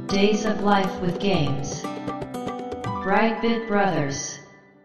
Days of Life with Games. Brightbit Brothers.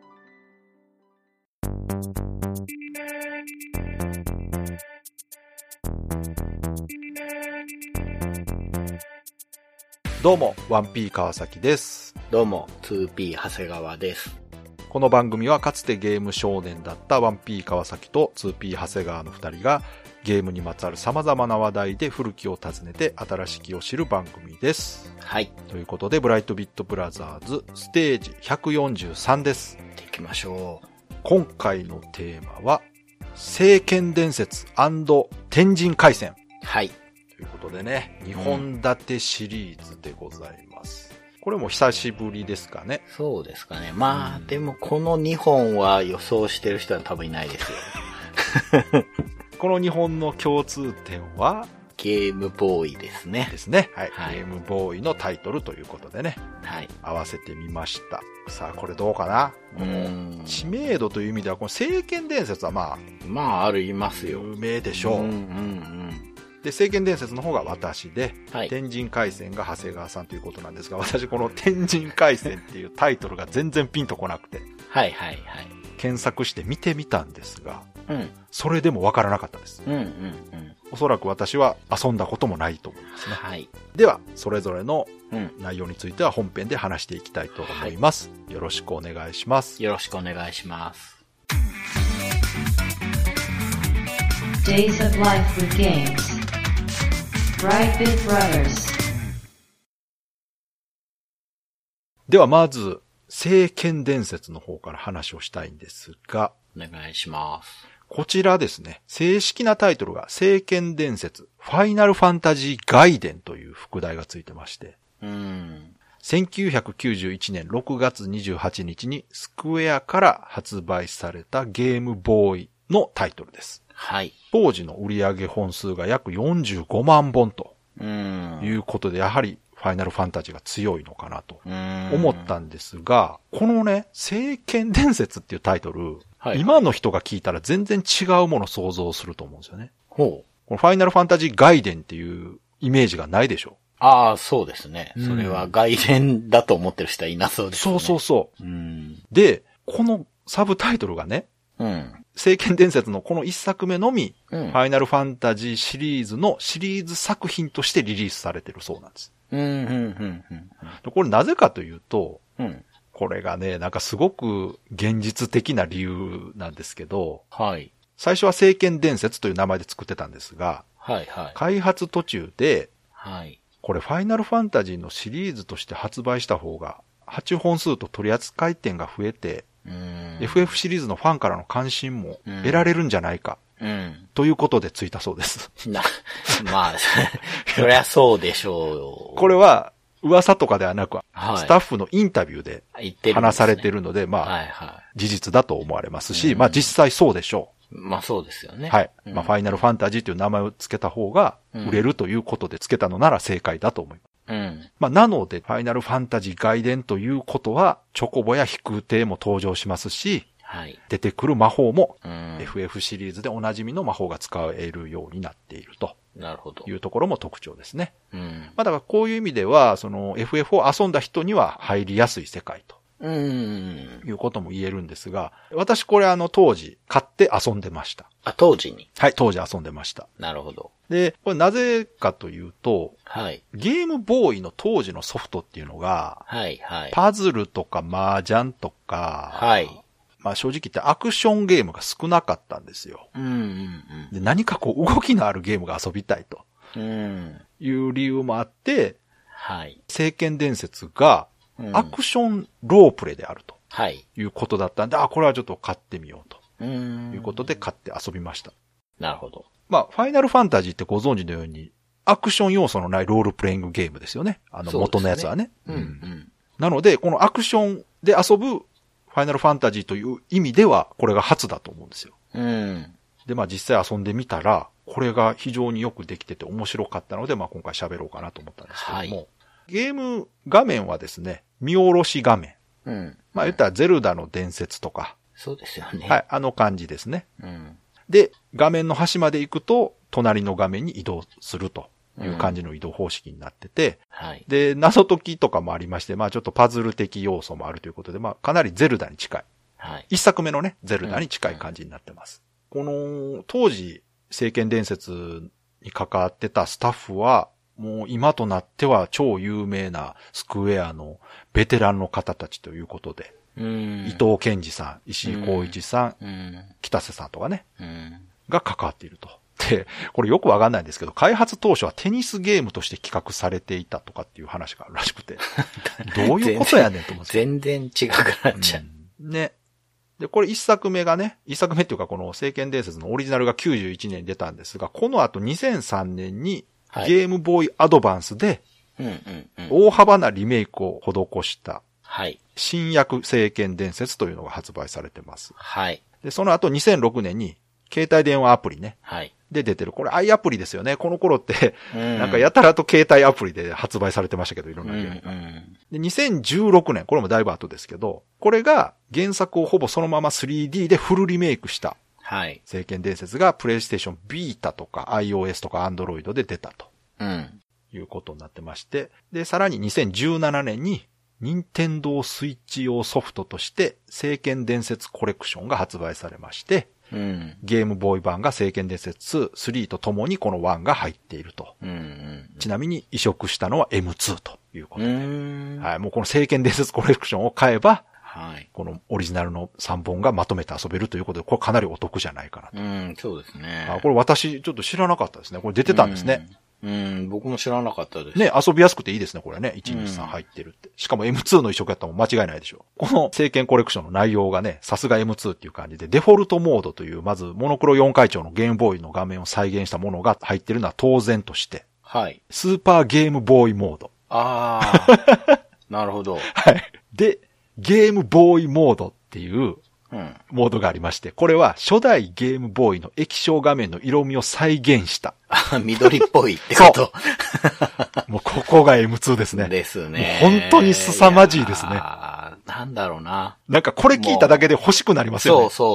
どうも 1P 川崎です。 どうも 2P 長谷川です。 この番組はかつてゲーム少年だった 1P 川崎と 2P 長谷川の2人がゲームにまつわる様々な話題で古きを訪ねて新しきを知る番組です。 はい。 ということでブライトビットブラザーズステージ143です。 行っていきましょう。 今回のテーマは聖剣伝説&天神回戦。 はい。 ということでね、2本立てシリーズでございます。これも久しぶりですかね。 そうですかね。まあ、でもこの2本は予想してる人は多分いないですよ。 この2本の共通点はゲームボーイですね。 ですね。はい。 はい、 ゲームボーイのタイトルということでね。 はい。 合わせてみました。さあ、これどうかな？知名度という意味では、この聖剣伝説はまあ、 ありますよ。 有名でしょう。で、聖剣伝説の方が私で、はい、天神回戦が長谷川さんということなんですが、私この天神回戦っていうタイトルが全然ピンとこなくて、 はいはいはい。 検索して見てみたんですが、それでもわからなかったです。おそらく私は遊んだこともないと思いますね。はい。では、それぞれの内容については本編で話していきたいと思います。よろしくお願いします。 よろしくお願いします。 Days of Life with Games. Brightbit Brothers. ではまず、聖剣伝説の方から話をしたいんですが、 お願いします。 こちらですね、正式なタイトルが聖剣伝説ファイナルファンタジー外伝という副題がついてまして、1991年6月28日にスクエアから発売されたゲームボーイのタイトルです。 はい。 当時の売上本数が約45万本ということで、やはりファイナルファンタジーが強いのかなと思ったんですが、このね、聖剣伝説っていうタイトル、はい、今の人が聞いたら全然違うものを想像すると思うんですよね。 ほう。 このファイナルファンタジー外伝っていうイメージがないでしょ。 ああ、そうですね。それは外伝だと思ってる人はいなそうですね。 そう。で、このサブタイトルがね、聖剣伝説のこの一作目のみ、ファイナルファンタジーシリーズのシリーズ作品としてリリースされてるそうなんです。これなぜかというと、これがね、なんかすごく現実的な理由なんですけど、はい、最初は聖剣伝説という名前で作ってたんですが、はいはい、開発途中で、はい、これファイナルファンタジーのシリーズとして発売した方が、発注本数と取扱店が増えて、FF シリーズのファンからの関心も得られるんじゃないか、ということでついたそうです。 まあ、そりゃそうでしょうよ。 これは噂とかではなく、はい、スタッフのインタビューで話されているので、まあ、はいはい、事実だと思われますし、まあ実際そうでしょう。 まあそうですよね。 はい。まあファイナルファンタジーという名前を付けた方が売れるということで付けたのなら正解だと思います。まあなので、ファイナルファンタジー外伝ということは、チョコボや飛空艇も登場しますし、はい、出てくる魔法も、FF シリーズでおなじみの魔法が使えるようになっていると。 なるほど。 いうところも特徴ですね。まあだからこういう意味では、その FF を遊んだ人には入りやすい世界と。いうことも言えるんですが、私これ当時買って遊んでました。 あ、当時に？ はい、当時遊んでました。 なるほど。 で、これなぜかというと、はい、ゲームボーイの当時のソフトっていうのが、はいはい、パズルとか麻雀とか、はい、まあ正直言ってアクションゲームが少なかったんですよ。で、何かこう動きのあるゲームが遊びたいと、いう理由もあって、はい、聖剣伝説がアクションロープレイであると、いうことだったんで、あ、これはちょっと買ってみようと、いうことで買って遊びました。 なるほど。 まあ、ファイナルファンタジーってご存知のように、アクション要素のないロールプレイングゲームですよね。元のやつはね。なので、このアクションで遊ぶファイナルファンタジーという意味では、これが初だと思うんですよ。で、まあ実際遊んでみたら、これが非常によくできてて面白かったので、まあ今回喋ろうかなと思ったんですけども、はい、ゲーム画面はですね、見下ろし画面。まあ言ったらゼルダの伝説とか。 そうですよね。 はい、感じですね。で、画面の端まで行くと、隣の画面に移動するという感じの移動方式になってて、 はい。 で、謎解きとかもありまして、まあちょっとパズル的要素もあるということで、まあかなりゼルダに近い。 はい。 一作目のね、ゼルダに近い感じになってます。この、当時、聖剣伝説に関わってたスタッフは、もう今となっては超有名なスクエアのベテランの方たちということで、伊藤健二さん、石井光一さん、北瀬さんとかね、が関わっていると。で、これよくわかんないんですけど、開発当初はテニスゲームとして企画されていたとかっていう話があるらしくて、どういうことやねんと思って。 全然違くなっちゃう。 ね。で、これ一作目っていうかこの聖剣伝説のオリジナルが91年に出たんですが、この後2003年にゲームボーイアドバンスで、大幅なリメイクを施した、新薬聖剣伝説というのが発売されてます。 はい。 で、その後2006年に携帯電話アプリね。 はい。 で出てる。これ i アプリですよね。この頃って、なんかやたらと携帯アプリで発売されてましたけど、いろんなゲームが。で、2016年、これもだいぶ後ですけど、これが原作をほぼそのまま 3D でフルリメイクした。はい。聖剣伝説がプレイステーションビータとか iOS とか Android で出たと。いうことになってまして。で、さらに2017年に任天堂スイッチ用ソフトとして聖剣伝説コレクションが発売されまして、ゲームボーイ版が聖剣伝説2、3とともにこの1が入っていると。ちなみに移植したのは M2 ということで。はい、もうこの聖剣伝説コレクションを買えば、はい、このオリジナルの3本がまとめて遊べるということで、これかなりお得じゃないかなと。 そうですね。 これ私ちょっと知らなかったですね。これ出てたんですね。 僕も知らなかったです。 ね、遊びやすくていいですね、これね。123入ってるって。しかも M2 の移植やったらもう間違いないでしょ。この聖剣コレクションの内容がね、さすが M2 っていう感じで、デフォルトモードという、まずモノクロ4回調のゲームボーイの画面を再現したものが入ってるのは当然として。はい。スーパーゲームボーイモード。 なるほど。 はい。で、ゲームボーイモードっていう、モードがありまして、これは初代ゲームボーイの液晶画面の色味を再現した。 緑っぽいってこと。 もうここが M2 ですね。 ですね。 本当に凄まじいですね。 なんだろうな。 なんかこれ聞いただけで欲しくなりますよね。 そう。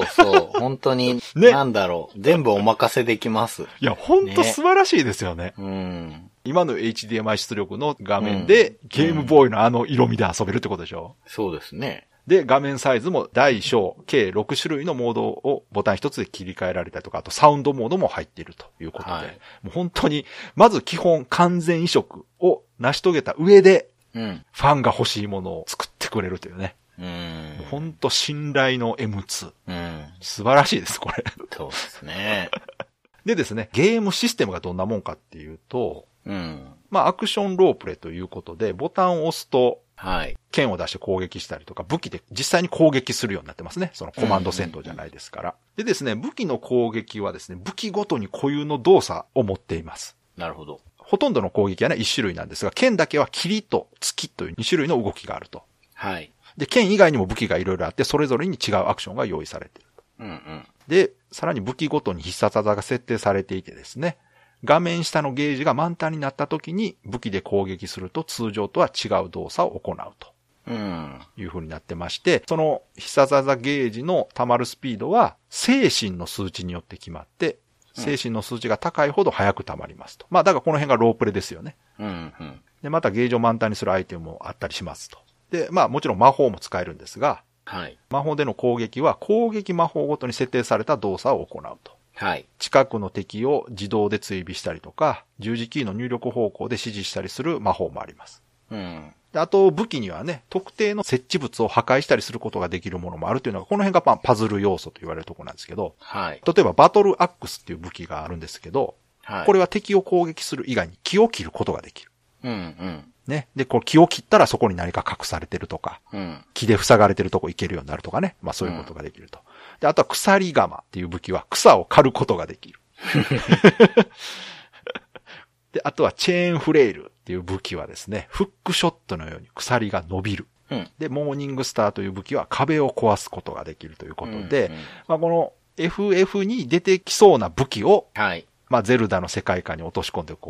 本当に、ね、なんだろう。全部お任せできます。 いや、本当素晴らしいですよね。今の HDMI 出力の画面で、ゲームボーイのあの色味で遊べるってことでしょ。 そうですね。 で、画面サイズも大小、計6種類のモードをボタン一つで切り替えられたりとか、あとサウンドモードも入っているということで、もう本当に、まず基本完全移植を成し遂げた上で、ファンが欲しいものを作ってくれるというね。本当信頼の M2。素晴らしいです、これ。 そうですね。 でですね、ゲームシステムがどんなもんかっていうと、まあアクションロープレということで、ボタンを押すと、剣を出して攻撃したりとか、武器で実際に攻撃するようになってますね。そのコマンド戦闘じゃないですから。でですね、武器の攻撃はですね、武器ごとに固有の動作を持っています。 なるほど。 ほとんどの攻撃はね、1種類なんですが、剣だけは斬りと突きという2種類の動きがあると。はい。で、剣以外にも武器がいろいろあって、それぞれに違うアクションが用意されていると。で、さらに武器ごとに必殺技が設定されていてですね、画面下のゲージが満タンになった時に武器で攻撃すると通常とは違う動作を行うと。いう風になってまして、その必殺技ゲージの溜まるスピードは精神の数値によって決まって、精神の数値が高いほど早く溜まりますと。まあだからこの辺がロープレですよね。で、またゲージを満タンにするアイテムもあったりしますと。で、まあもちろん魔法も使えるんですが、魔法での攻撃は攻撃魔法ごとに設定された動作を行うと。近くの敵を自動で追尾したりとか、十字キーの入力方向で指示したりする魔法もあります。であと武器にはね、特定の設置物を破壊したりすることができるものもあるというのが、この辺がパズル要素と言われるところなんですけど、例えばバトルアックスっていう武器があるんですけど、これは敵を攻撃する以外に木を切ることができる。ね。で、これ木を切ったらそこに何か隠されてるとか、木で塞がれてるとこ行けるようになるとかね。まあそういうことができると。で、あとは鎖鎌っていう武器は草を刈ることができる。で、あとはチェーンフレイルっていう武器はですね、フックショットのように鎖が伸びる。で、モーニングスターという武器は壁を壊すことができるということで、まあこの FF に出てきそうな武器を、まあゼルダの世界観に落とし込んでこう、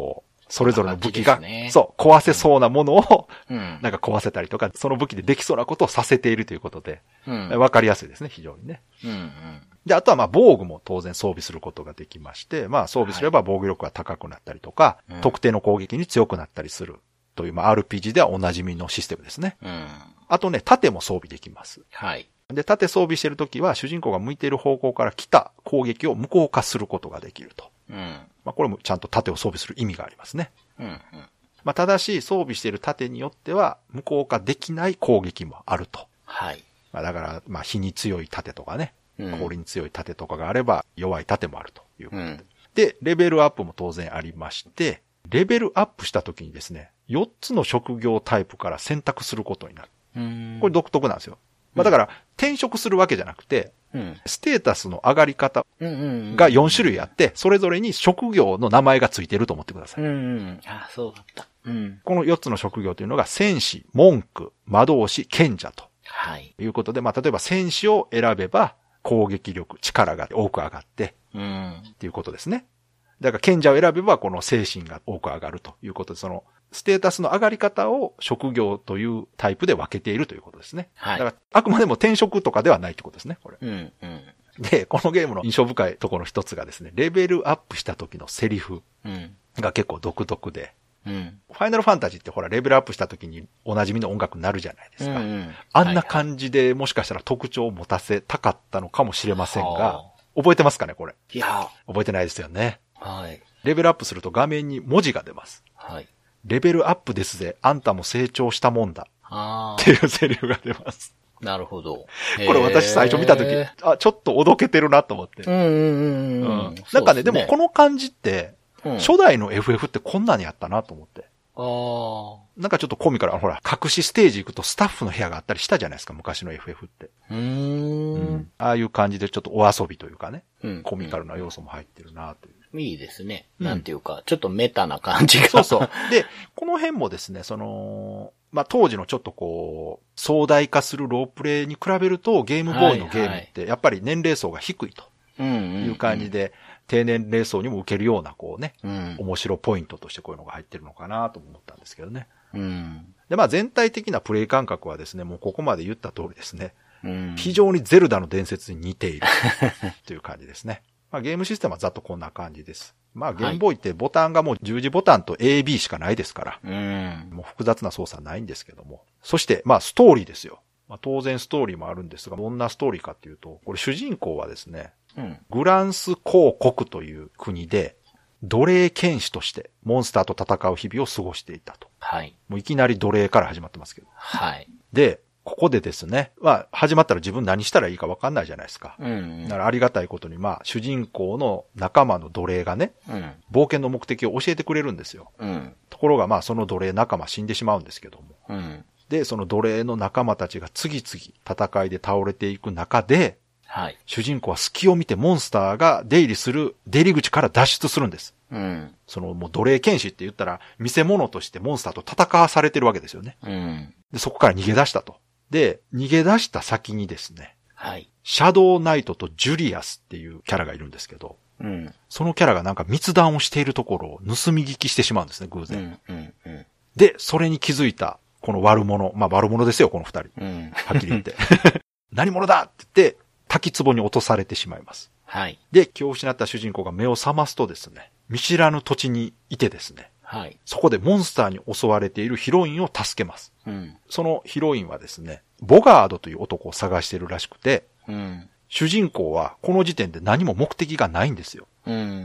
それぞれの武器が、そう、壊せそうなものを、なんか壊せたりとか、その武器でできそうなことをさせているということで、わかりやすいですね、非常にね。で、あとは防具も当然装備することができまして、装備すれば防御力が高くなったりとか、特定の攻撃に強くなったりするという、RPG ではおなじみのシステムですね。あとね、盾も装備できます。はい。で、盾装備してるときは、主人公が向いている方向から来た攻撃を無効化することができると。これもちゃんと盾を装備する意味がありますね。ただし、装備している盾によっては、無効化できない攻撃もあると。はい。だから、火に強い盾とかね、氷に強い盾とかがあれば、弱い盾もあるということで。で、レベルアップも当然ありまして、レベルアップしたときにですね、4つの職業タイプから選択することになる。これ独特なんですよ。だから、転職するわけじゃなくて、ステータスの上がり方が4種類あって、それぞれに職業の名前がついてると思ってください。 あ、そうだった。 この4つの職業というのが、戦士、文句、魔導士、賢者と。はい。いうことで、例えば戦士を選べば、攻撃力、力が多く上がって、っていうことですね。だから賢者を選べば、この精神が多く上がるということで、その、ステータスの上がり方を職業というタイプで分けているということですね。はい。だから、あくまでも転職とかではないってことですね、これ。で、このゲームの印象深いところの一つがですね、レベルアップした時のセリフが結構独特で、ファイナルファンタジーってほら、レベルアップした時におなじみの音楽になるじゃないですか。あんな感じでもしかしたら特徴を持たせたかったのかもしれませんが、覚えてますかね、これ。いや、覚えてないですよね。はい。レベルアップすると画面に文字が出ます。はい。レベルアップですぜ。あんたも成長したもんだ。っていうセリフが出ます。 なるほど。 これ私最初見たとき、ちょっとおどけてるなと思って。なんかね、でもこの感じって、初代の FF ってこんなにあったなと思って。なんかちょっとコミカル、ほら、隠しステージ行くとスタッフの部屋があったりしたじゃないですか、昔の FF って。ああいう感じでちょっとお遊びというかね、コミカルな要素も入ってるなという。 いいですね。なんていうか、ちょっとメタな感じが。 そうそう。で、この辺もですね、当時のちょっとこう、壮大化するロープレイに比べると、ゲームボーイのゲームって、やっぱり年齢層が低いという感じで、低年齢層にも受けるような、こうね、面白ポイントとしてこういうのが入ってるのかなと思ったんですけどね。で、全体的なプレイ感覚はですね、もうここまで言った通りですね、非常にゼルダの伝説に似ているという感じですね。ゲームシステムはざっとこんな感じです。ゲームボーイってボタンがもう十字ボタンと A、B しかないですから、もう複雑な操作ないんですけども。そして、ストーリーですよ。当然ストーリーもあるんですが、どんなストーリーかっていうと、これ主人公はですね、グランス公国という国で、奴隷剣士としてモンスターと戦う日々を過ごしていたと。はい。もういきなり奴隷から始まってますけど。はい。で、ここでですね、始まったら自分何したらいいか分かんないじゃないですか。だからありがたいことに、主人公の仲間の奴隷がね、冒険の目的を教えてくれるんですよ。ところがその奴隷仲間死んでしまうんですけども。で、その奴隷の仲間たちが次々戦いで倒れていく中で、はい、主人公は隙を見てモンスターが出入りする出入り口から脱出するんです。もう奴隷剣士って言ったら見せ物としてモンスターと戦わされてるわけですよね。で、そこから逃げ出したと。で、逃げ出した先にですね、はい、シャドウナイトとジュリアスっていうキャラがいるんですけど、そのキャラがなんか密談をしているところを盗み聞きしてしまうんですね、偶然。で、それに気づいた、この悪者、悪者ですよ、この二人。はっきり言って。何者だって言って、滝壺に落とされてしまいます。はい。で、気を失った主人公が目を覚ますとですね、見知らぬ土地にいてですね、はい。そこでモンスターに襲われているヒロインを助けます。そのヒロインはですね、ボガードという男を探しているらしくて、主人公はこの時点で何も目的がないんですよ。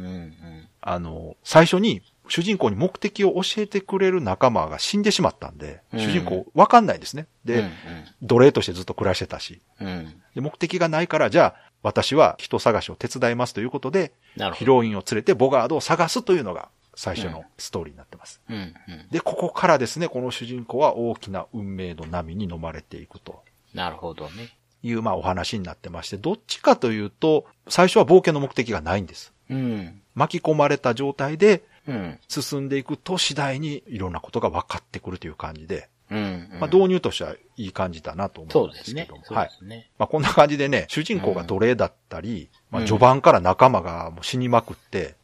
最初に主人公に目的を教えてくれる仲間が死んでしまったんで、主人公わかんないですね。で、奴隷としてずっと暮らしてたし、で、目的がないから、じゃあ私は人探しを手伝いますということで、ヒロインを連れてボガードを探すというのが最初のストーリーになってます。で、ここからですね、この主人公は大きな運命の波に飲まれていくと。 なるほどね。 いうお話になってまして、どっちかというと、最初は冒険の目的がないんです。巻き込まれた状態で、進んでいくと次第にいろんなことが分かってくるという感じで、導入としてはいい感じだなと思うんですけども。はい。こんな感じでね、主人公が奴隷だったり、序盤から仲間がもう死にまくって、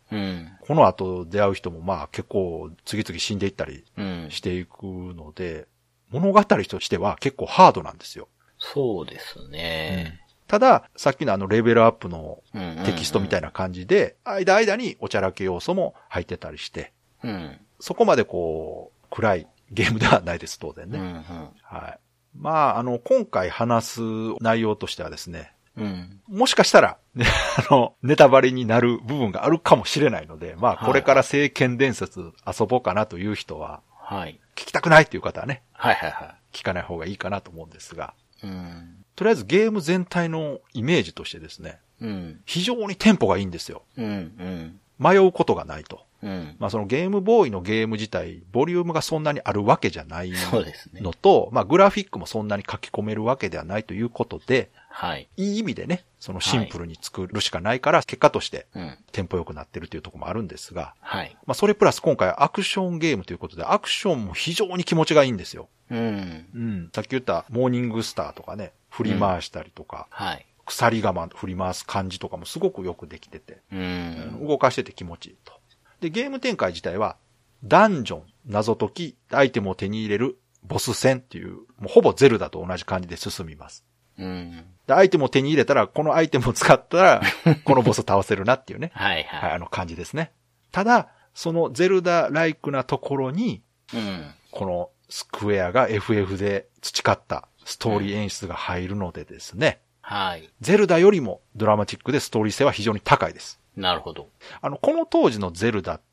うん。 この後出会う人もまあ結構次々死んでいったりしていくので、物語としては結構ハードなんですよ。 そうですね。 ただ、さっきのレベルアップのテキストみたいな感じで、間々におちゃらけ要素も入ってたりして、そこまでこう、暗いゲームではないです、当然ね。はい。まあ、今回話す内容としてはですね、もしかしたら、ね、ネタバレになる部分があるかもしれないので、まあ、これから聖剣伝説遊ぼうかなという人は、聞きたくないっていう方はね、聞かない方がいいかなと思うんですが、とりあえずゲーム全体のイメージとしてですね、非常にテンポがいいんですよ。迷うことがないと。まあそのゲームボーイのゲーム自体、ボリュームがそんなにあるわけじゃないのと、まあグラフィックもそんなに書き込めるわけではないということで、いい意味でね、そのシンプルに作るしかないから、結果としてテンポ良くなってるというところもあるんですが、まあそれプラス今回アクションゲームということで、アクションも非常に気持ちがいいんですよ。さっき言ったモーニングスターとかね、振り回したりとか、鎖釜振り回す感じとかもすごくよくできてて、動かしてて気持ちいいと。で、ゲーム展開自体は、ダンジョン、謎解き、アイテムを手に入れる、ボス戦っていう、もうほぼゼルダと同じ感じで進みます。で、アイテムを手に入れたら、このアイテムを使ったら、このボス倒せるなっていうね。感じですね。ただ、そのゼルダライクなところに、このスクエアが FF で培ったストーリー演出が入るのでですね。ゼルダよりもドラマチックでストーリー性は非常に高いです。 なるほど。 この当時のゼルダって、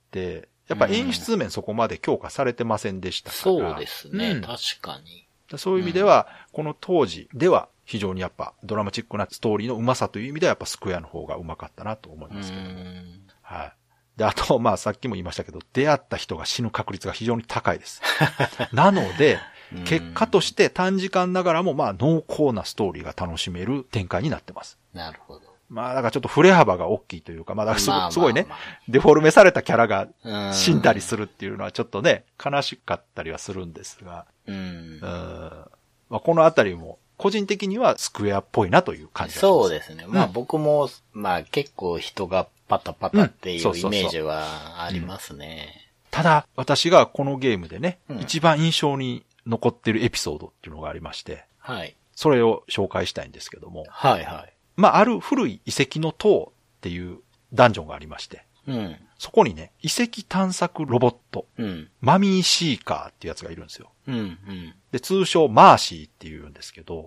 やっぱ演出面そこまで強化されてませんでしたから。 そうですね、確かに。 そういう意味では、この当時では非常にやっぱドラマチックなストーリーの上手さという意味ではやっぱスクエアの方が上手かったなと思いますけども。はい。で、あと、まあさっきも言いましたけど、出会った人が死ぬ確率が非常に高いです。なので、結果として短時間ながらもまあ濃厚なストーリーが楽しめる展開になってます。 なるほど。 まあだからちょっと振れ幅が大きいというか、まあだからすごいね、デフォルメされたキャラが死んだりするっていうのはちょっとね、悲しかったりはするんですが、まあこのあたりも個人的にはスクエアっぽいなという感じがします。 そうですね。まあ僕も、まあ結構人がパタパタっていうイメージはありますね。 ただ、私がこのゲームでね、一番印象に残ってるエピソードっていうのがありまして、それを紹介したいんですけども、まあ、ある古い遺跡の塔っていうダンジョンがありまして、そこにね、遺跡探索ロボット、マミーシーカーっていうやつがいるんですよ。で、通称マーシーっていうんですけど、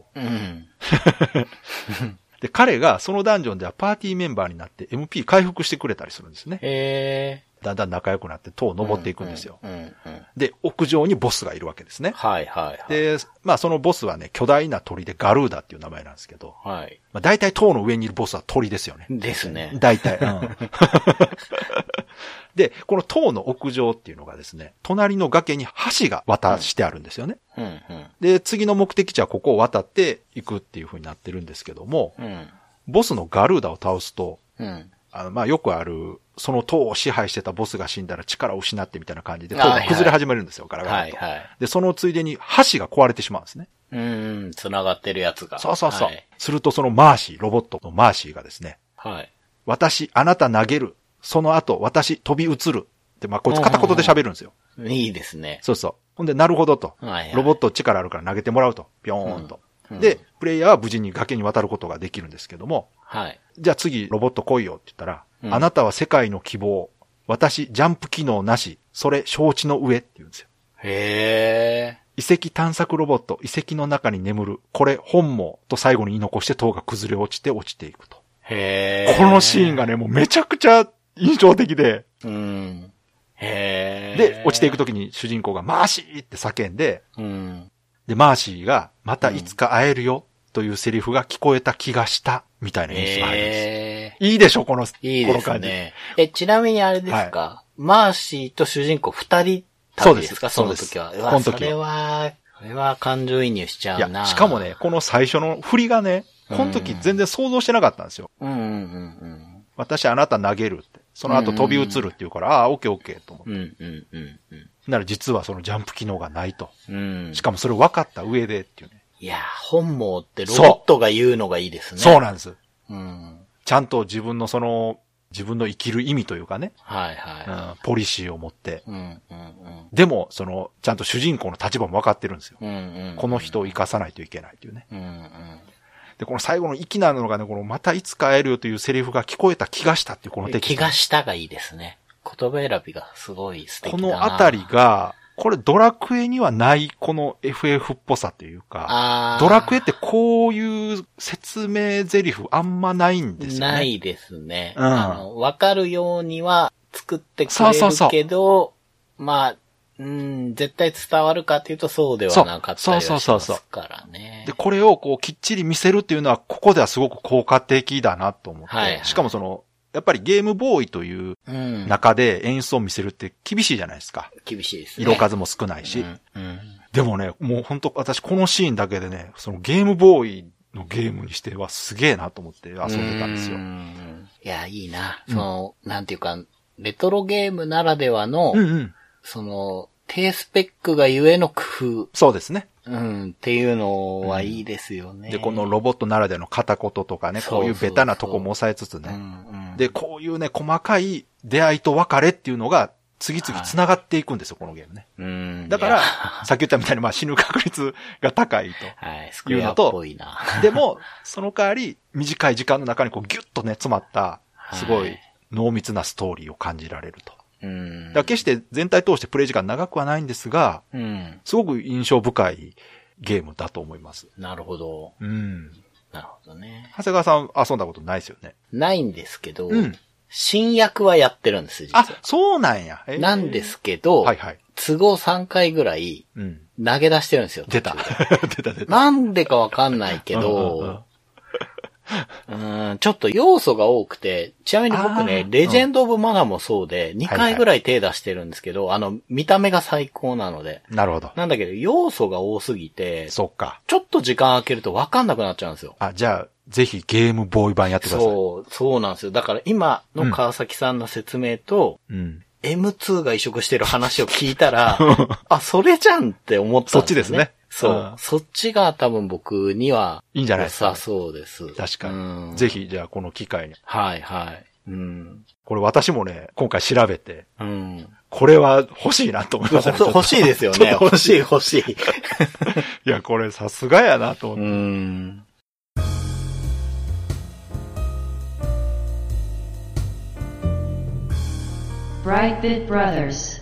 で、彼がそのダンジョンではパーティーメンバーになって MP 回復してくれたりするんですね。だんだん仲良くなって塔を登っていくんですよ。で、屋上にボスがいるわけですね。で、まあそのボスはね、巨大な鳥でガルーダっていう名前なんですけど、まあ大体塔の上にいるボスは鳥ですよね。 ですね。 大体。で、この塔の屋上っていうのがですね、隣の崖に橋が渡してあるんですよね。で、次の目的地はここを渡っていくっていう風になってるんですけども、ボスのガルーダを倒すと、まあよくある、その塔を支配してたボスが死んだら力を失ってみたいな感じで塔が崩れ始めるんですよ、ガラガラと。で、そのついでに橋が壊れてしまうんですね。 繋がってるやつが。 そう。するとそのマーシー、ロボットのマーシーがですね、私、あなた投げる。その後、私、飛び移る。って、まあ、こいつ片言で喋るんですよ。 いいですね。 そう。ほんで、なるほどと。ロボット力あるから投げてもらうと。ぴょーんと。で、プレイヤーは無事に崖に渡ることができるんですけども、じゃあ次、ロボット来いよって言ったら、あなたは世界の希望。私、ジャンプ機能なし。それ、承知の上って言うんですよ。遺跡探索ロボット、遺跡の中に眠る。これ、本望と最後に言い残して塔が崩れ落ちていくと。このシーンがね、もうめちゃくちゃ印象的で。で、落ちていくときに主人公がマーシーって叫んで、で、マーシーがまたいつか会えるよというセリフが聞こえた気がしたみたいな演出が入るんです。いいでしょ、この感じ。 いいですね。ちなみにあれですか、マーシーと主人公二人旅ですか、その時は。それは感情移入しちゃうな。 しかもね、この最初の振りがね、この時全然想像してなかったんですよ。私あなた投げるって。その後飛び移るって言うから、オッケーと思って。なら実はそのジャンプ機能がないと。しかもそれ分かった上でっていうね。 いや、本望ってロボットが言うのがいいですね。 そうなんです。ちゃんと自分のその自分の生きる意味というかね。 はいはい。 ポリシーを持って。 うんうんうん。 でも、ちゃんと主人公の立場も分かってるんですよ。 うんうんうん、 この人を生かさないといけないというね。 うんうん、 で、この最後の粋なのがね、またいつか会えるよというセリフが聞こえた気がしたっていうこのテキスト。 気がしたがいいですね。言葉選びがすごい素敵だな。 このあたりが、これドラクエにはないこの FF っぽさというか、ドラクエってこういう説明台詞あんまないんですよね。 ないですね。わかるようには作ってくれるけど、まあ、絶対伝わるかっていうとそうではなかったりはしますからね。 で、これをきっちり見せるっていうのは、ここではすごく効果的だなと思って。 はいはい、 しかもやっぱりゲームボーイという中で演出を見せるって厳しいじゃないですか。 厳しいですね。 色数も少ないし。でもね、もう本当私このシーンだけでね、ゲームボーイのゲームにしてはすげえなと思って遊んでたんですよ。 いや、いいな。なんていうか、レトロゲームならではの、低スペックがゆえの工夫。 そうですね。 っていうのはいいですよね。 で、このロボットならではの片言とかね、こういうベタなとこも抑えつつね。で、こういうね、細かい出会いと別れっていうのが、次々繋がっていくんですよ、このゲームね。だから、さっき言ったみたいに、死ぬ確率が高いというのと、でも、その代わり、短い時間の中にギュッとね、詰まった、すごい濃密なストーリーを感じられると。だから決して全体通してプレイ時間長くはないんですが、すごく印象深いゲームだと思います。 なるほど。なるほどね。 長谷川さん遊んだことないですよね。 ないんですけど、新薬はやってるんですよ、実は。 そうなんや。 なんですけど、都合3回ぐらい、投げ出してるんですよ。 出た。 なんでかわかんないけど、ちょっと要素が多くて、ちなみに僕ね、レジェンド・オブ・マナもそうで、2回ぐらい手出してるんですけど、見た目が最高なので。 なるほど。 なんだけど、要素が多すぎて、 そっか。 ちょっと時間空けると分かんなくなっちゃうんですよ。 じゃあ、ぜひゲームボーイ版やってください。 そうなんですよ。だから今の川崎さんの説明と、M2 が移植してる話を聞いたら、それじゃんって思ったんですよね。 そっちですね。 そっちが多分僕には、 いいんじゃないですか。 そうです。 確かに。ぜひ、じゃあこの機会に。 はいはい。 これ私もね、今回調べて、これは欲しいなと思いましたね。 欲しいですよね。欲しい。いや、これさすがやなと思って。 Brightbit Brothers。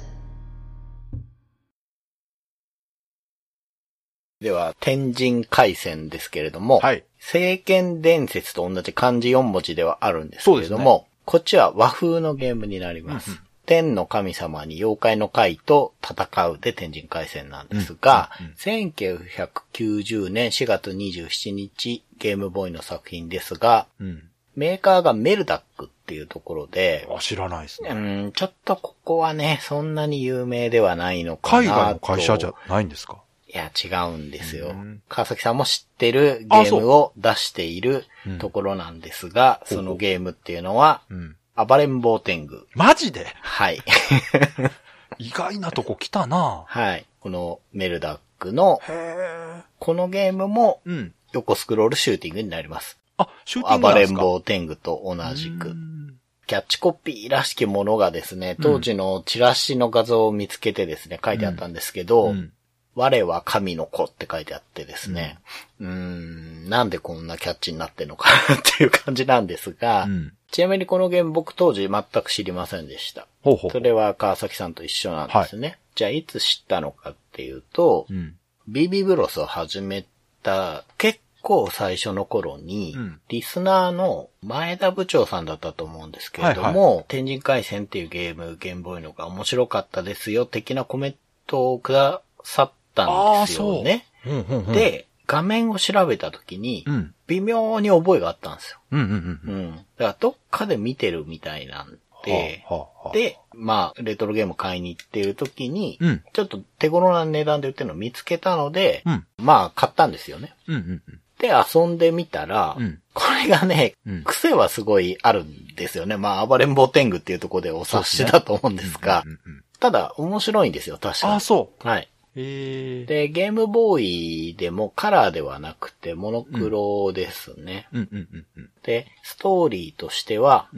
では、天神回線ですけれども、聖剣伝説と同じ漢字4文字ではあるんですけれども、こっちは和風のゲームになります。天の神様に妖怪の怪と戦うで天神回戦なんですが、1990年4月27日ゲームボーイの作品ですが、メーカーがメルダックっていうところで、 知らないですね。 ちょっとここはね、そんなに有名ではないのかなと。 海外の会社じゃないんですか？ いや、違うんですよ。川崎さんも知ってるゲームを出しているところなんですが、そのゲームっていうのは、暴れん坊天狗。 マジで？ はい。 意外なとこ来たな。 はい。このメルダックの、このゲームも、横スクロールシューティングになります。 シューティングなんですか？ 暴れん坊天狗と同じく。キャッチコピーらしきものがですね、当時のチラシの画像を見つけてですね、書いてあったんですけど、我は神の子って書いてあってですね、なんでこんなキャッチになってんのかなっていう感じなんですが、ちなみにこのゲーム僕当時全く知りませんでした。それは川崎さんと一緒なんですね。じゃあいつ知ったのかっていうと、BB ブロスを始めた結構最初の頃に、リスナーの前田部長さんだったと思うんですけれども、天神回戦っていうゲームボーイのが面白かったですよ的なコメントをくださったんですよね。で、画面を調べたときに、微妙に覚えがあったんですよ。だからどっかで見てるみたいなんで、で、レトロゲーム買いに行ってるときに、ちょっと手頃な値段で売ってるのを見つけたので、買ったんですよね。で、遊んでみたら、これがね、癖はすごいあるんですよね。暴れん坊天狗っていうところでお察しだと思うんですが、ただ面白いんですよ、確かに。 そう。 はい。で、ゲームボーイでもカラーではなくてモノクロですね。で、ストーリーとしては、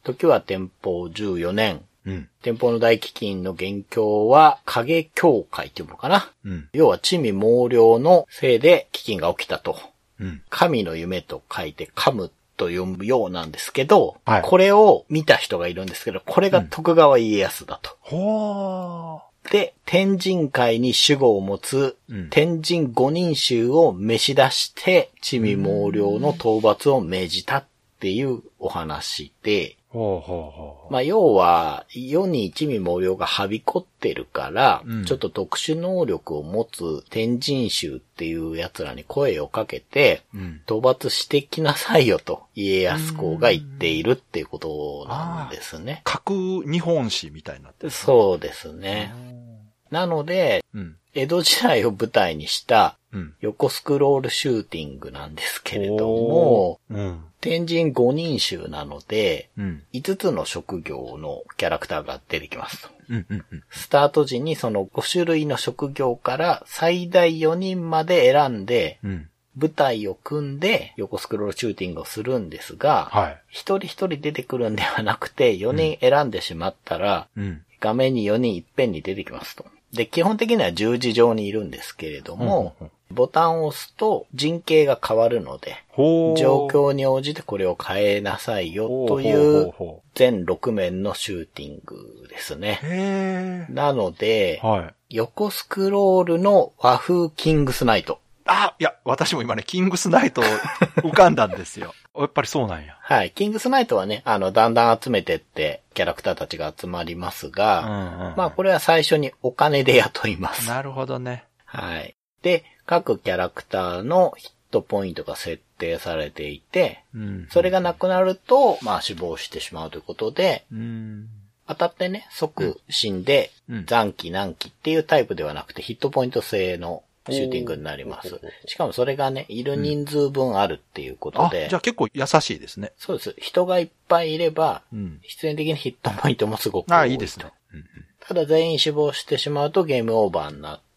時は天保14年。天保の大飢饉の元凶は影教会っていうのかな。要は地味猛量のせいで飢饉が起きたと。神の夢と書いて神と読むようなんですけど、はい、これを見た人がいるんですけど、これが徳川家康だと。で、天神会に守護を持つ天神五人衆を召し出して、地味猛量の討伐を命じたっていうお話で、まあ要は世に一味猛量がはびこってるから、ちょっと特殊能力を持つ天神衆っていう奴らに声をかけて、討伐してきなさいよと家康公が言っているっていうことなんですね。 核日本史みたいになってる。 そうですね。なので、江戸時代を舞台にした横スクロールシューティングなんですけれども、天神五人衆なので、5つの職業のキャラクターが出てきますと。スタート時にその5種類の職業から最大4人まで選んで、舞台を組んで横スクロールシューティングをするんですが、一人一人出てくるんではなくて4人選んでしまったら、画面に4人いっぺんに出てきますと。で、基本的には十字状にいるんですけれども、ボタンを押すと陣形が変わるので、状況に応じてこれを変えなさいよという全6面のシューティングですね。なので、横スクロールの和風キングスナイト。 いや、私も今ね、キングスナイト浮かんだんですよ。やっぱりそうなんや。 はい。キングスナイトはね、だんだん集めてってキャラクターたちが集まりますが、まあこれは最初にお金で雇います。 なるほどね。 はい。で、各キャラクターのヒットポイントが設定されていて、それがなくなると、まあ死亡してしまうということで、当たってね、即死んで、残機難機っていうタイプではなくてヒットポイント制のシューティングになります。しかもそれがね、いる人数分あるっていうことで。 じゃあ結構優しいですね。 そうです。人がいっぱいいれば、必然的にヒットポイントもすごく多い。 いいですね。 ただ全員死亡してしまうとゲームオーバーになって、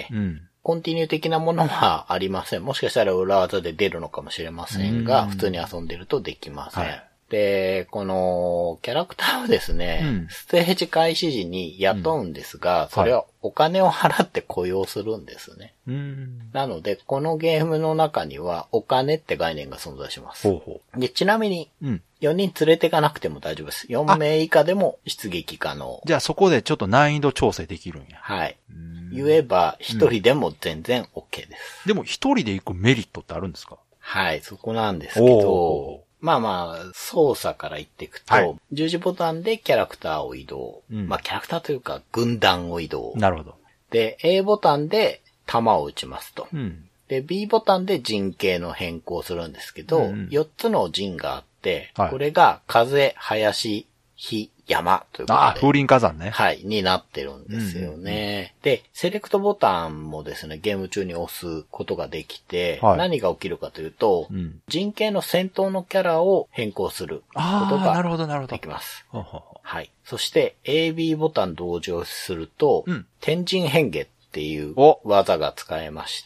コンティニュー的なものはありません。もしかしたら裏技で出るのかもしれませんが、普通に遊んでるとできません。で、このキャラクターをですね、ステージ開始時に雇うんですが、それはお金を払って雇用するんですね。なので、このゲームの中にはお金って概念が存在します。で、ちなみに、4人連れていかなくても大丈夫です。4名以下でも出撃可能。 じゃあそこでちょっと難易度調整できるんや。 はい。言えば、1人でも全然 OK です。 でも1人で行くメリットってあるんですか？ はい、そこなんですけど、まあまあ、操作から言っていくと、十字ボタンでキャラクターを移動。まあキャラクターというか軍団を移動。 なるほど。 で、A ボタンで弾を撃ちますと。で、B ボタンで陣形の変更するんですけど、4つの陣があって、これが風、林、火、山ということで。 風林火山ね。 はい、になってるんですよね。で、セレクトボタンもですね、ゲーム中に押すことができて、何が起きるかというと、陣形の戦闘のキャラを変更することができます。はい。そして、AB ボタン同時押しすると、天神変化っていう技が使えまして、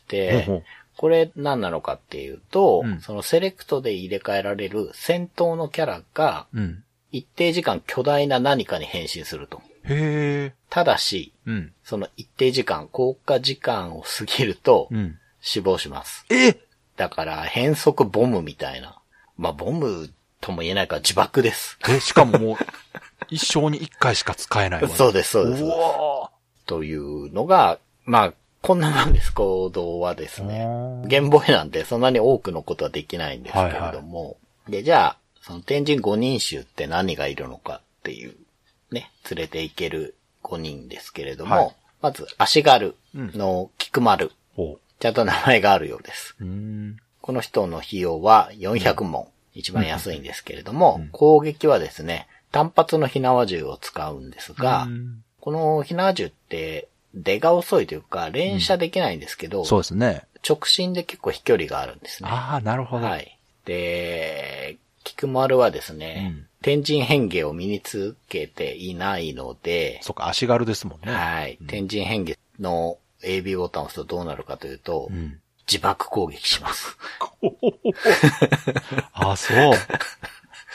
これ何なのかっていうと、そのセレクトで入れ替えられる戦闘のキャラが、一定時間巨大な何かに変身すると。ただし、その一定時間、効果時間を過ぎると、死亡します。だから変則ボムみたいな。まあボムとも言えないから自爆です。 しかももう、一生に一回しか使えないわけ。 そうです、そうです。というのが、まあ、こんなもんです、行動はですね。ゲームボーイなんでそんなに多くのことはできないんですけれども。で、じゃあ、その天神5人衆って何がいるのかっていう、ね、連れて行ける5人ですけれども、まず、足軽の菊丸。ちゃんと名前があるようです。この人の費用は400問。一番安いんですけれども、攻撃はですね、単発の火縄銃を使うんですが、この火縄銃って出が遅いというか、連射できないんですけど、 そうですね。 直進で結構飛距離があるんですね。 なるほど。 はい。で、菊丸はですね、天神変化を身につけていないので、 そっか、足軽ですもんね。 はい。天神変化の AB ボタンを押すとどうなるかというと、自爆攻撃します。 そう。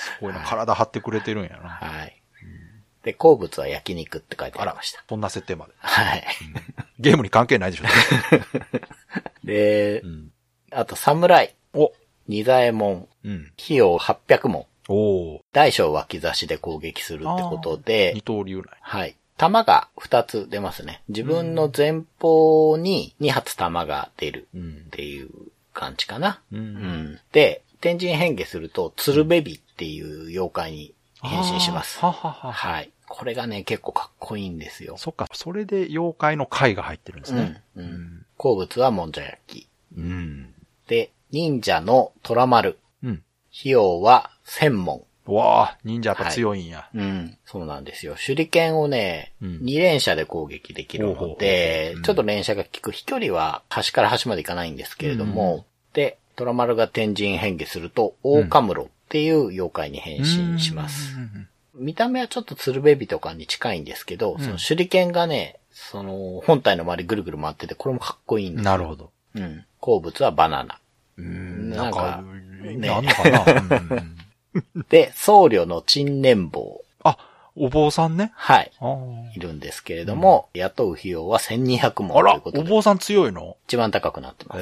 こういうの体張ってくれてるんやな。 はい。で、好物は焼肉って書いてありました。 そんな設定まで。 はい。 ゲームに関係ないでしょ。 で、あと、侍。 お、 二左衛門。費用800問。大小脇差しで攻撃するってことで。 二刀流ない。 はい。弾が2つ出ますね。自分の前方に2発弾が出るっていう感じかな。で、天神変化すると、鶴瓶っていう妖怪に変身します。はい。これがね、結構かっこいいんですよ。 そっか、それで妖怪の貝が入ってるんですね。 好物はもんじゃ焼き。で、忍者の虎丸。費用は1000問。 わあ、忍者やっぱ強いんや。 そうなんですよ。手裏剣をね、2連射で攻撃できるので、ちょっと連射が効く。飛距離は端から端までいかないんですけれども、で、虎丸が天神変化すると、大カムロっていう妖怪に変身します。見た目はちょっと鶴瓶とかに近いんですけど、その手裏剣がね、その本体の周りぐるぐる回ってて、これもかっこいいんですよ。 なるほど。 好物はバナナ。 なんか、ね、あんのかなで、僧侶の陳年坊。 あ、お坊さんね。 はい。いるんですけれども、雇う費用は1200問ということで。 お坊さん強いの？ 一番高くなってます。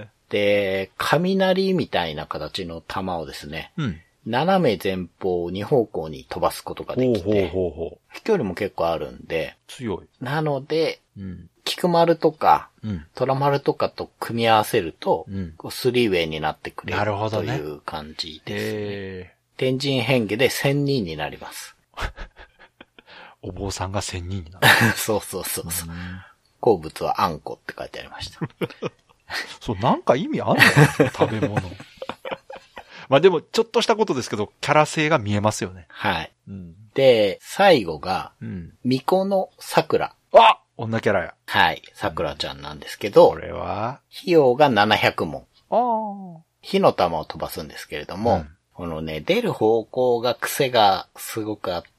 で、雷みたいな形の弾をですね、斜め前方2方向に飛ばすことができて、飛距離も結構あるんで、 強い。 なので、菊丸とか、虎丸とかと組み合わせると、スリーウェイになってくれるという感じですね。天神変化で1000人になります。 お坊さんが1000人になる。 そう。好物はあんこって書いてありました。 そう、なんか意味あんの食べ物。まあでも、ちょっとしたことですけど、キャラ性が見えますよね。 はい。で、最後が、巫女の桜。 あ！女キャラや。 はい。桜ちゃんなんですけど、 これは費用が700問。火の玉を飛ばすんですけれども、このね、出る方向が癖がすごくあって、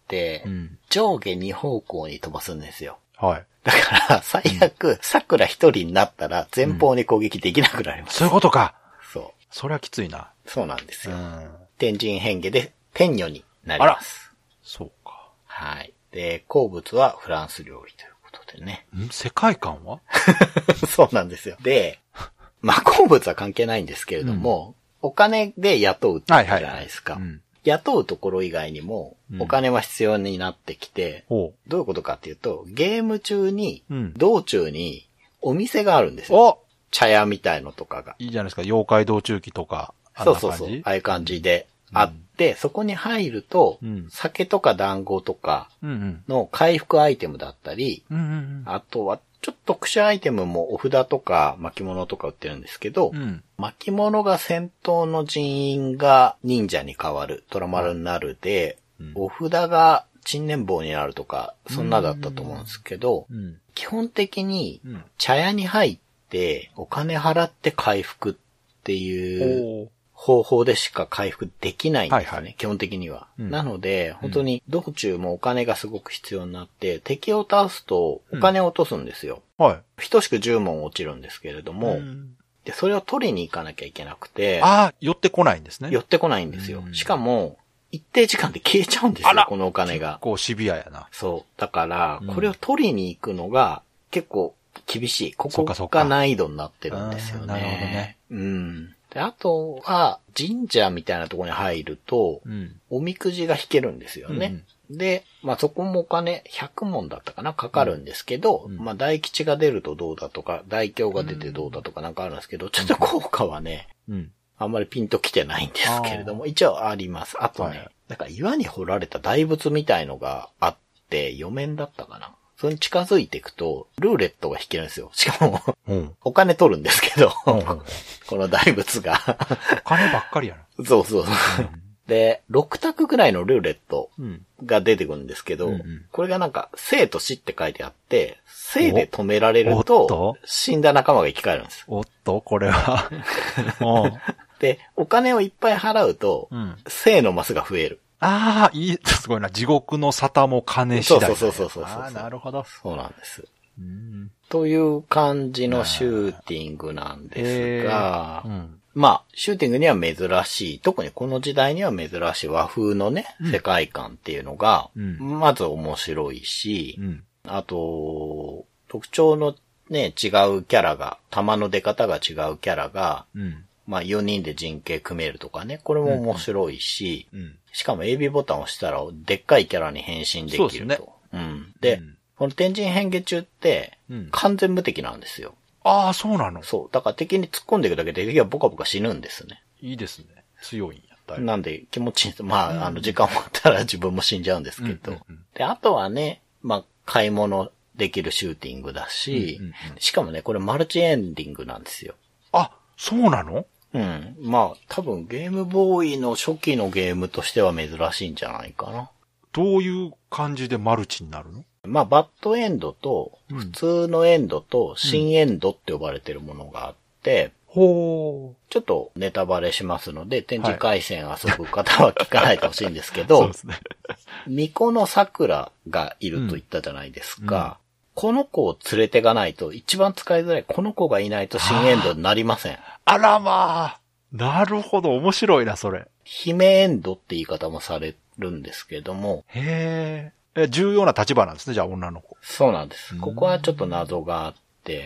上下2方向に飛ばすんですよ。 はい。 だから、最悪、桜一人になったら前方に攻撃できなくなります。 そういうことか。 そう。 それはきついな。 そうなんですよ。天神変化で天女になります。 そうか。 はい。で、好物はフランス料理ということでね。 世界観はそうなんですよ。で、まあ、好物は関係ないんですけれども、お金で雇うってじゃないですか。雇うところ以外にも、お金は必要になってきて、どういうことかっていうと、ゲーム中に、道中にお店があるんですよ。茶屋みたいのとかが。 いいじゃないですか。妖怪道中記とか。 そう。ああいう感じであって、そこに入ると、酒とか団子とかの回復アイテムだったり、あとはちょっと特殊アイテムもお札とか巻物とか売ってるんですけど、巻物が戦闘の人員が忍者に変わる、虎丸になるで、お札が陳年坊になるとか、そんなだったと思うんですけど、基本的に茶屋に入ってお金払って回復っていう方法でしか回復できないんですね、基本的には。なので、本当に道中もお金がすごく必要になって、敵を倒すとお金を落とすんですよ。等しく10問落ちるんですけれども、で、それを取りに行かなきゃいけなくて。 寄ってこないんですね。 寄ってこないんですよ。しかも、一定時間で消えちゃうんですよ、このお金が。 結構シビアやな。 そう。だから、これを取りに行くのが結構厳しい。ここが難易度になってるんですよね。 なるほどね。 で、あとは、神社みたいなところに入ると、おみくじが引けるんですよね。で、まあ、そこもお金100問だったかなかかるんですけど、まあ、大吉が出るとどうだとか、大凶が出てどうだとかなんかあるんですけど、ちょっと効果はね、あんまりピンときてないんですけれども、一応あります。あとね、なんか岩に掘られた大仏みたいのがあって、4面だったかな。それに近づいていくと、ルーレットが引けるんですよ。しかも、お金取るんですけど、この大仏が。 お金ばっかりやな。 そう。で、6択ぐらいのルーレットが出てくるんですけど、これがなんか、生と死って書いてあって、生で止められると、死んだ仲間が生き返るんです。 おっと、これは。 で、お金をいっぱい払うと、生のマスが増える。 いい、すごいな。地獄の沙汰も金次第。 そう。 なるほど。 そうなんです。という感じのシューティングなんですが、 まあ、シューティングには珍しい、特にこの時代には珍しい和風のね、世界観っていうのが、まず面白いし、あと、特徴のね、違うキャラが、弾の出方が違うキャラが、まあ4人で陣形組めるとかね、これも面白いし、しかも AB ボタンを押したらでっかいキャラに変身できると。で、この天神変化中って、完全無敵なんですよ。 ああ、そうなの？ そう。だから敵に突っ込んでいくだけで敵がボカボカ死ぬんですね。 いいですね。強いんやったなんで気持ちいい。まあ、時間もあったら自分も死んじゃうんですけど。で、あとはね、まあ、買い物できるシューティングだし、しかもね、これマルチエンディングなんですよ。 あ、そうなの？ まあ、多分ゲームボーイの初期のゲームとしては珍しいんじゃないかな。 どういう感じでマルチになるの？ まあ、バッドエンドと、普通のエンドと、新エンドって呼ばれてるものがあって、ちょっとネタバレしますので、展示回線遊ぶ方は聞かないでほしいんですけど、 そうですね。 巫女の桜がいると言ったじゃないですか。この子を連れていかないと、一番使いづらいこの子がいないと新エンドになりません。 あらまあ。なるほど、面白いな、それ。 姫エンドって言い方もされるんですけども。 へえ。重要な立場なんですね、じゃあ女の子。 そうなんです。ここはちょっと謎があって。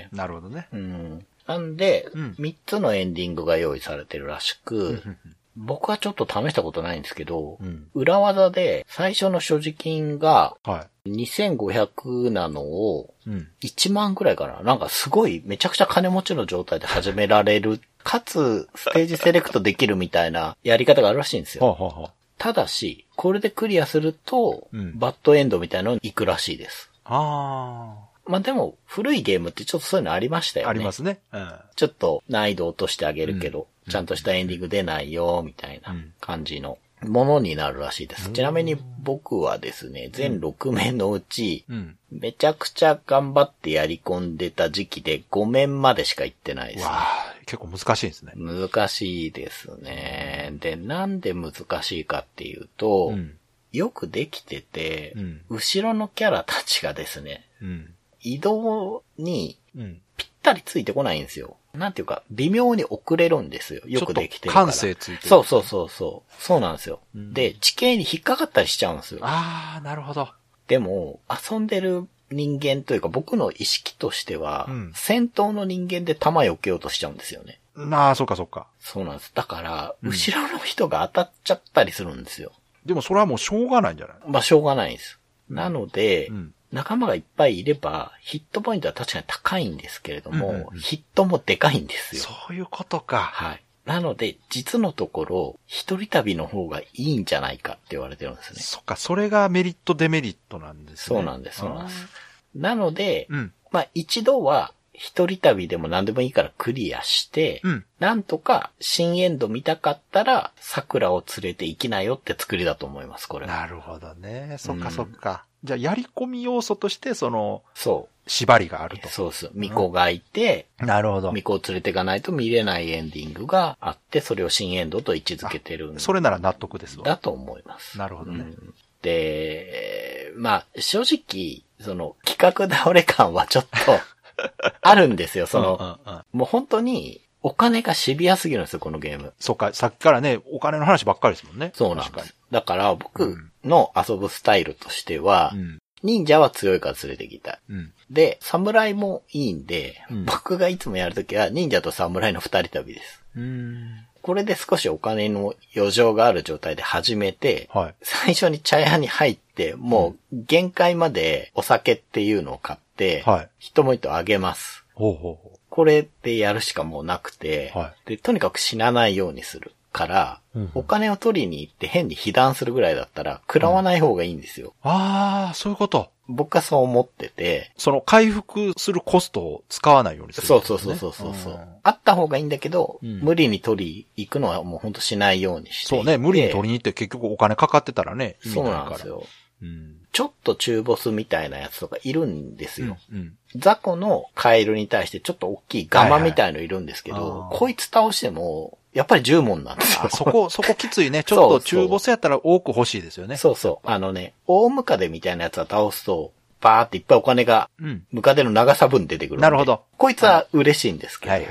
なるほどね。 なんで、3つのエンディングが用意されてるらしく、僕はちょっと試したことないんですけど、裏技で最初の所持金が、2500なのを、1万くらいかな。なんかすごいめちゃくちゃ金持ちの状態で始められる、かつステージセレクトできるみたいなやり方があるらしいんですよ。ただし、これでクリアすると、バッドエンドみたいなのに行くらしいです。まあでも、古いゲームってちょっとそういうのありましたよね。 ありますね。 ちょっと難易度落としてあげるけど、ちゃんとしたエンディング出ないよ、みたいな感じのものになるらしいです。ちなみに僕はですね、全6面のうち、めちゃくちゃ頑張ってやり込んでた時期で5面までしか行ってないですね。 結構難しいですね。 難しいですね。で、なんで難しいかっていうと、よくできてて、後ろのキャラたちがですね、移動にぴったりついてこないんですよ。なんていうか、微妙に遅れるんですよ。よくできてるから。 感性ついてる。 そうなんですよ。で、地形に引っかかったりしちゃうんですよ。 なるほど。 でも、遊んでる人間というか僕の意識としては、戦闘の人間で弾避けようとしちゃうんですよね。 そっかそっか。 そうなんです。だから、後ろの人が当たっちゃったりするんですよ。 でもそれはもうしょうがないんじゃない？ まあしょうがないんです。なので、仲間がいっぱいいれば、ヒットポイントは確かに高いんですけれども、ヒットもでかいんですよ。 そういうことか。 はい。なので、実のところ、一人旅の方がいいんじゃないかって言われてるんですね。 そっか、それがメリットデメリットなんですね。 そうなんです、そうなんです。なので、まあ一度は、一人旅でも何でもいいからクリアして、なんとか新エンド見たかったら、桜を連れて行きなよって作りだと思います、これ。 なるほどね。そっかそっか。じゃあ、やり込み要素として、 そう。 縛りがあると。 そうそう。巫女がいて、 なるほど。 巫女を連れていかないと見れないエンディングがあって、それを新エンドと位置づけてるんそれなら納得ですわ。 だと思います。 なるほどね。 で、まあ、正直、企画倒れ感はちょっと、あるんですよ、もう本当に、お金がシビアすぎるんですよ、このゲーム。 そうか、さっきからね、お金の話ばっかりですもんね。 そうなんです。だから僕の遊ぶスタイルとしては、忍者は強いから連れてきたい。で、侍もいいんで、僕がいつもやるときは忍者と侍の二人旅です。これで少しお金の余剰がある状態で始めて、最初に茶屋に入って、もう限界までお酒っていうのを買って、人も糸あげます。これでやるしかもうなくて、で、とにかく死なないようにするから、お金を取りに行って変に被弾するぐらいだったら、食らわない方がいいんですよ。 そういうこと。 僕はそう思ってて。 回復するコストを使わないようにする、ね。 そう。あった方がいいんだけど、無理に取り行くのはもうほんとしないようにして。 そうね、無理に取りに行って結局お金かかってたらね、 意味ないから。そうなんですよ。ちょっと中ボスみたいなやつとかいるんですよ。雑魚のカエルに対してちょっと大きいガマみたいのいるんですけど、こいつ倒しても、やっぱり10問なんですよ。 そこきついね。ちょっと中ボスやったら多く欲しいですよね。 そう。大ムカデみたいなやつは倒すと、バーっていっぱいお金が、ムカデの長さ分出てくる。 なるほど。 こいつは嬉しいんですけど。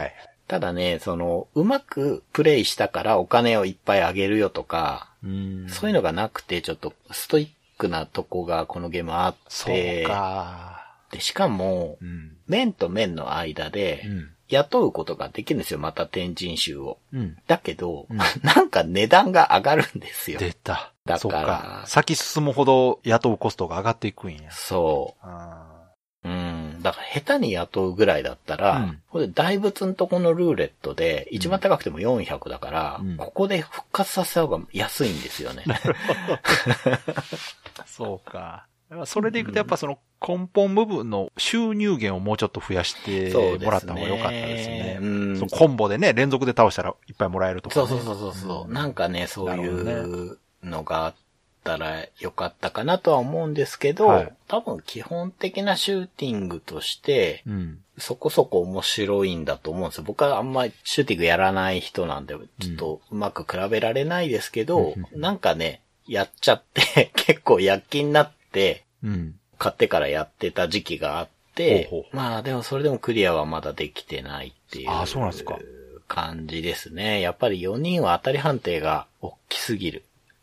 ただね、うまくプレイしたからお金をいっぱいあげるよとか、そういうのがなくて、ちょっとストイックなとこがこのゲームあって、 そうか。 で、しかも、面と面の間で、雇うことができるんですよ、また天神衆を。だけど、なんか値段が上がるんですよ。 出た。 だから、 先進むほど雇うコストが上がっていくんや。 そう。だから下手に雇うぐらいだったら、これ大仏のとこのルーレットで、一番高くても400だから、ここで復活させた方が安いんですよね。 そうか。それでいくとやっぱその根本部分の収入源をもうちょっと増やしてもらった方が良かったですね。そのコンボでね、連続で倒したらいっぱいもらえるとか、ね。 そう。なんかね、そういうのがあったら良かったかなとは思うんですけど、多分基本的なシューティングとして、そこそこ面白いんだと思うんですよ。僕はあんまりシューティングやらない人なんで、ちょっとうまく比べられないですけど、なんかね、やっちゃって結構躍起になって、買ってからやってた時期があって、まあでもそれでもクリアはまだできてないっていう感じですね。やっぱり4人は当たり判定が大きすぎる。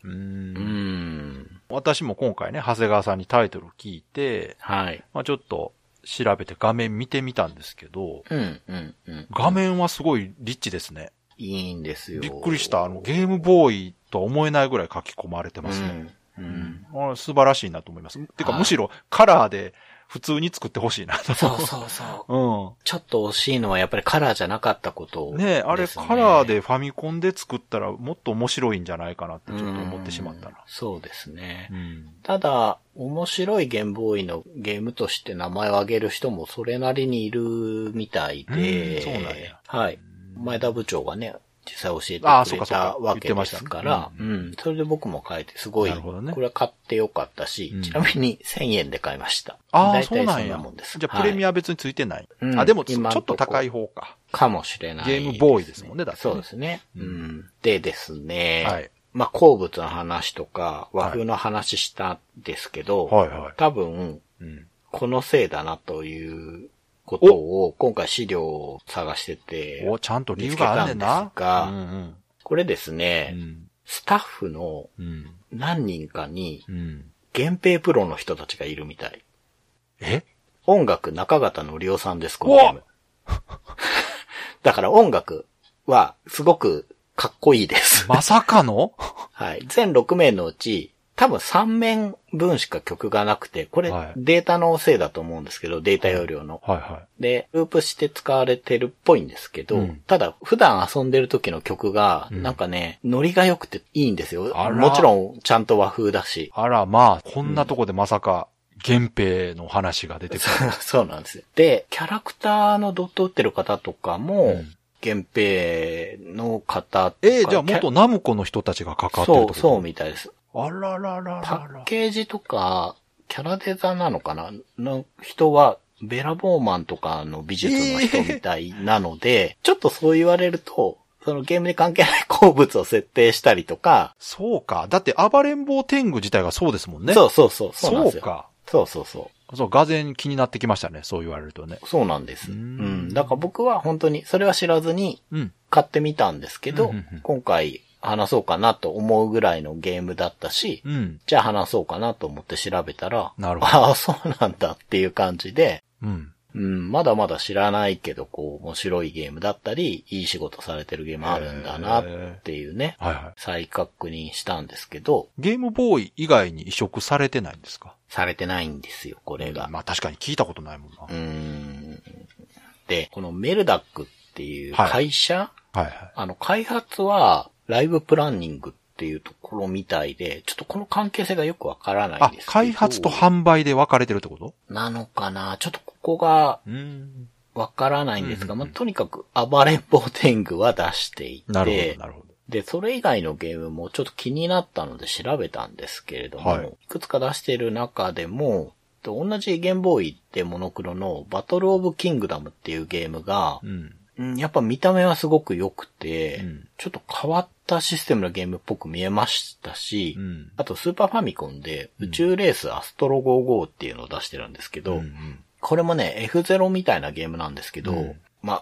私も今回ね、長谷川さんにタイトル聞いて、まあちょっと調べて画面見てみたんですけど、画面はすごいリッチですね。 いいんですよ。 びっくりした。ゲームボーイとは思えないぐらい書き込まれてますね。素晴らしいなと思います。てかむしろカラーで普通に作ってほしいなと。 そう。ちょっと惜しいのはやっぱりカラーじゃなかったことですね。 ねえ、あれカラーでファミコンで作ったらもっと面白いんじゃないかなってちょっと思ってしまったな。 そうですね。ただ、面白いゲームボーイのゲームとして名前を挙げる人もそれなりにいるみたいで。 そうなんや。 はい。前田部長がね、実際教えてくれたわけですから、それで僕も書いてすごい、これは買ってよかったし、ちなみに1000円で買いました。 そうなんや。じゃあプレミアは別についてない。でもちょっと高い方か。 かもしれない。 ゲームボーイですもんね、だって。 そうですね。でですね、まあ、鉱物の話とか、和風の話したんですけど、多分、このせいだなということを、今回資料を探してて、 ちゃんと理由があるんだが、これですね、スタッフの何人かに、源平プロの人たちがいるみたい。音楽中方のりおさんです、このゲーム。だから音楽はすごくかっこいいです。 まさかのはい。全6面のうち、多分3面分しか曲がなくて、これデータのせいだと思うんですけど、データ容量の。で、ループして使われてるっぽいんですけど、ただ普段遊んでる時の曲が、なんかね、ノリが良くていいんですよ。もちろんちゃんと和風だし。 まあ、こんなとこでまさか、源平の話が出てくる。 そうなんですよ。で、キャラクターのドット打ってる方とかも、源平の方とか。 じゃあ元ナムコの人たちが関わってるってこと？ そうみたいです。 あらららら。 パッケージとか、キャラデザなのかなの人は、ベラボーマンとかの美術の人みたいなので、ちょっとそう言われると、そのゲームに関係ない鉱物を設定したりとか。 そうか。だって暴れん坊天狗自体がそうですもんね。 そう。 そうか。 そう。 そう、がぜん気になってきましたね。そう言われるとね。 そうなんです。だから僕は本当に、それは知らずに、買ってみたんですけど、今回話そうかなと思うぐらいのゲームだったし、じゃあ話そうかなと思って調べたら、そうなんだっていう感じで、まだまだ知らないけど、面白いゲームだったり、いい仕事されてるゲームあるんだなっていうね、再確認したんですけど、 ゲームボーイ以外に移植されてないんですか？ されてないんですよ、これが。 まあ確かに聞いたことないもんな。 で、このメルダックっていう会社、開発はライブプランニングっていうところみたいで、ちょっとこの関係性がよくわからないんですけど。 開発と販売で分かれてるってこと？ なのかな？ちょっとここがわからないんですが、とにかく暴れん坊天狗は出していて、なるほど。で、それ以外のゲームもちょっと気になったので調べたんですけれども、いくつか出している中でも、同じゲームボーイってモノクロのバトルオブキングダムっていうゲームが、やっぱ見た目はすごく良くて、ちょっと変わったシステムのゲームっぽく見えましたし、あとスーパーファミコンで宇宙レースアストロ55っていうのを出してるんですけど、これもね、F0 みたいなゲームなんですけど、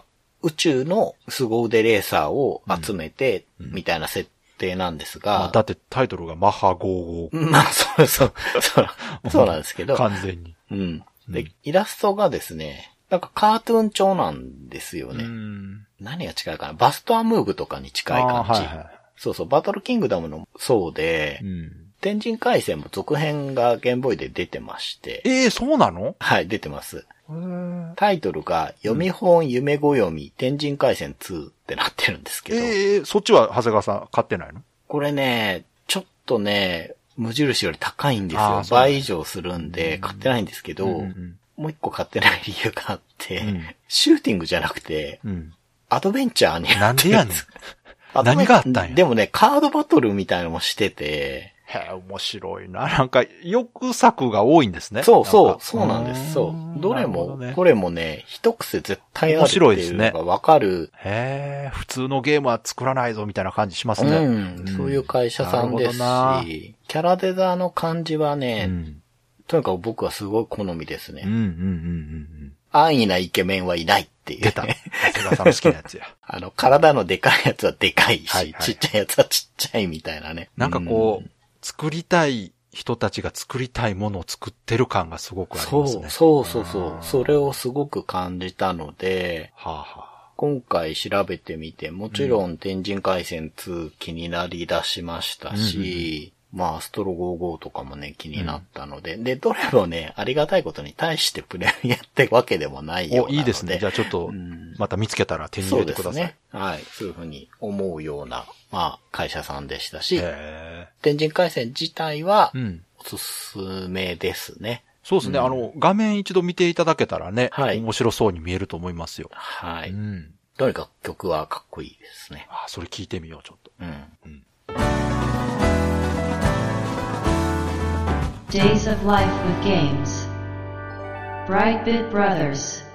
宇宙の凄腕レーサーを集めて、みたいな設定なんですが。 まあ、だってタイトルがマッハ55。 まあ、そうなんですけど。 完全に。 うん。で、イラストがですね、なんかカートゥーン調なんですよね。何が違うかな、バストアムーブとかに近い感じ。はいはい、そうそう、バトルキングダムのそうで、天神回戦も続編がゲームボーイで出てまして。 そうなの？ はい、出てます。タイトルが、読み本夢ご読み、天神回戦2ってなってるんですけど。そっちは長谷川さん買ってないの？ これね、ちょっとね、無印より高いんですよ。倍以上するんで、買ってないんですけど、もう一個買ってない理由があって、シューティングじゃなくて、アドベンチャーになんでやねん。何があったんや。 でもね、カードバトルみたいなのもしてて、 面白いな。なんか、欲作が多いんですね。 そうなんです。そう。どれも、これもね、一癖絶対あるっていうのがわかる。 普通のゲームは作らないぞみたいな感じしますね。 そういう会社さんですし、キャラデザの感じはね、とにかく僕はすごい好みですね。安易なイケメンはいないっていう。 出た。長谷川さんの好きなやつや。 体のでかいやつはでかいし、ちっちゃいやつはちっちゃいみたいなね。 なんかこう、作りたい人たちが作りたいものを作ってる感がすごくありますね。 そう。それをすごく感じたので、今回調べてみて、もちろん天神回戦2気になり出しましたし、まあ、ストロ55とかもね、気になったので、で、どれもね、ありがたいことに対してプレミアってわけでもないようなので。 いいですね。じゃあちょっと、また見つけたら手に入れてください。 そうですね。はい。そういうふうに思うような、まあ、会社さんでしたし、天神回線自体は、おすすめですね。 そうですね。画面一度見ていただけたらね、面白そうに見えると思いますよ。 はい。とにかく曲はかっこいいですね。 それ聞いてみよう、ちょっと。 Days of Life with Games Brightbit Brothers。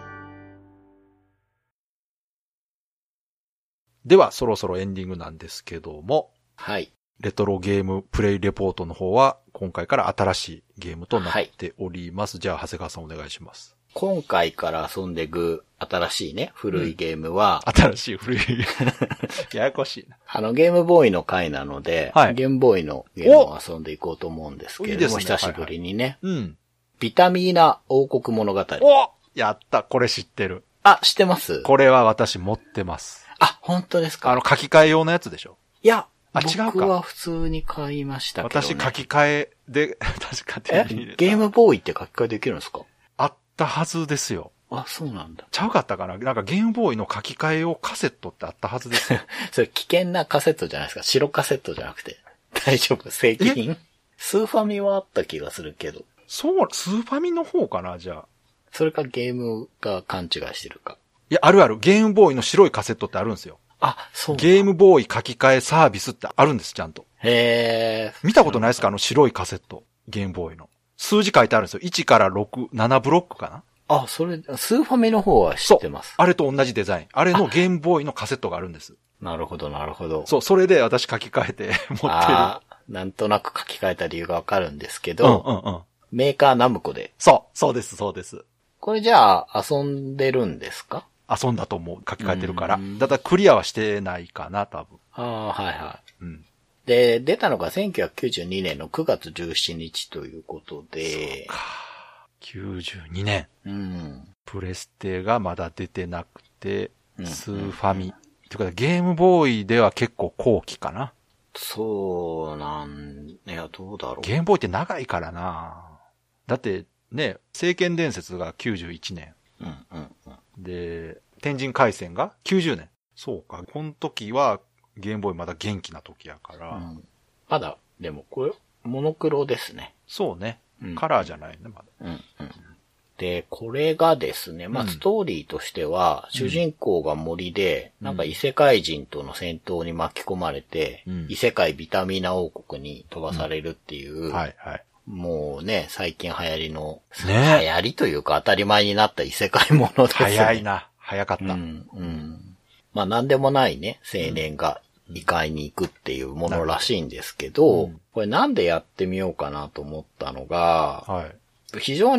ではそろそろエンディングなんですけども、 はい。 レトロゲームプレイレポートの方は今回から新しいゲームとなっております。じゃあ長谷川さんお願いします。 今回から遊んでいく新しいね、古いゲームは、 新しい古いゲーム。ややこしいな。ゲームボーイの回なので、ゲームボーイのゲームを遊んでいこうと思うんですけれども、久しぶりにね。ビタミーナ王国物語。 やった、これ知ってる。 知ってます？ これは私持ってます。 本当ですか？ 書き換え用のやつでしょ？ いや、 違うか。 僕は普通に買いましたけどね。 私書き換えで、確か手に入れた。 ゲームボーイって書き換えできるんですか？ あったはずですよ。 そうなんだ。 ちゃうかったかな？なんかゲームボーイの書き換え用カセットってあったはずですよ。 それ危険なカセットじゃないですか。白カセットじゃなくて。大丈夫？正規品？スーファミはあった気がするけど。 そう、スーファミの方かな、じゃあ。 それかゲームが勘違いしてるか。 いや、あるある。ゲームボーイの白いカセットってあるんですよ。 そう。 ゲームボーイ書き換えサービスってあるんです、ちゃんと。見たことないですか？白いカセット。ゲームボーイの。数字書いてあるんですよ。1から6、7ブロックかな？ それ、スーファミの方は知ってます。 あれと同じデザイン。あれのゲームボーイのカセットがあるんです。 なるほど、なるほど。 そう、それで私書き換えて持ってる。 なんとなく書き換えた理由がわかるんですけど、メーカーナムコで。 そうです、そうです。 これじゃあ、遊んでるんですか？ 遊んだと思う。書き換えてるから。だからクリアはしてないかな、多分。 はい。で、出たのが1992年の9月17日ということで。 そうか。92年。プレステがまだ出てなくて、スーファミ。っていうか、ゲームボーイでは結構後期かな。 いや、どうだろう。 ゲームボーイって長いからな。だって、ね、聖剣伝説が91年。で、天神回戦が90年。そうか。この時はゲームボーイまだ元気な時やから。 まだ、でもこれ、モノクロですね。 そうね。カラーじゃないね、まだ。 で、これがですね、ストーリーとしては、主人公が森で、なんか異世界人との戦闘に巻き込まれて、異世界ビタミナ王国に飛ばされるっていう、もうね、最近流行りの、流行りというか当たり前になった異世界ものですね。 早いな。早かった。 なんでもないね、青年が異界に行くっていうものらしいんですけど、これなんでやってみようかなと思ったのが、非常に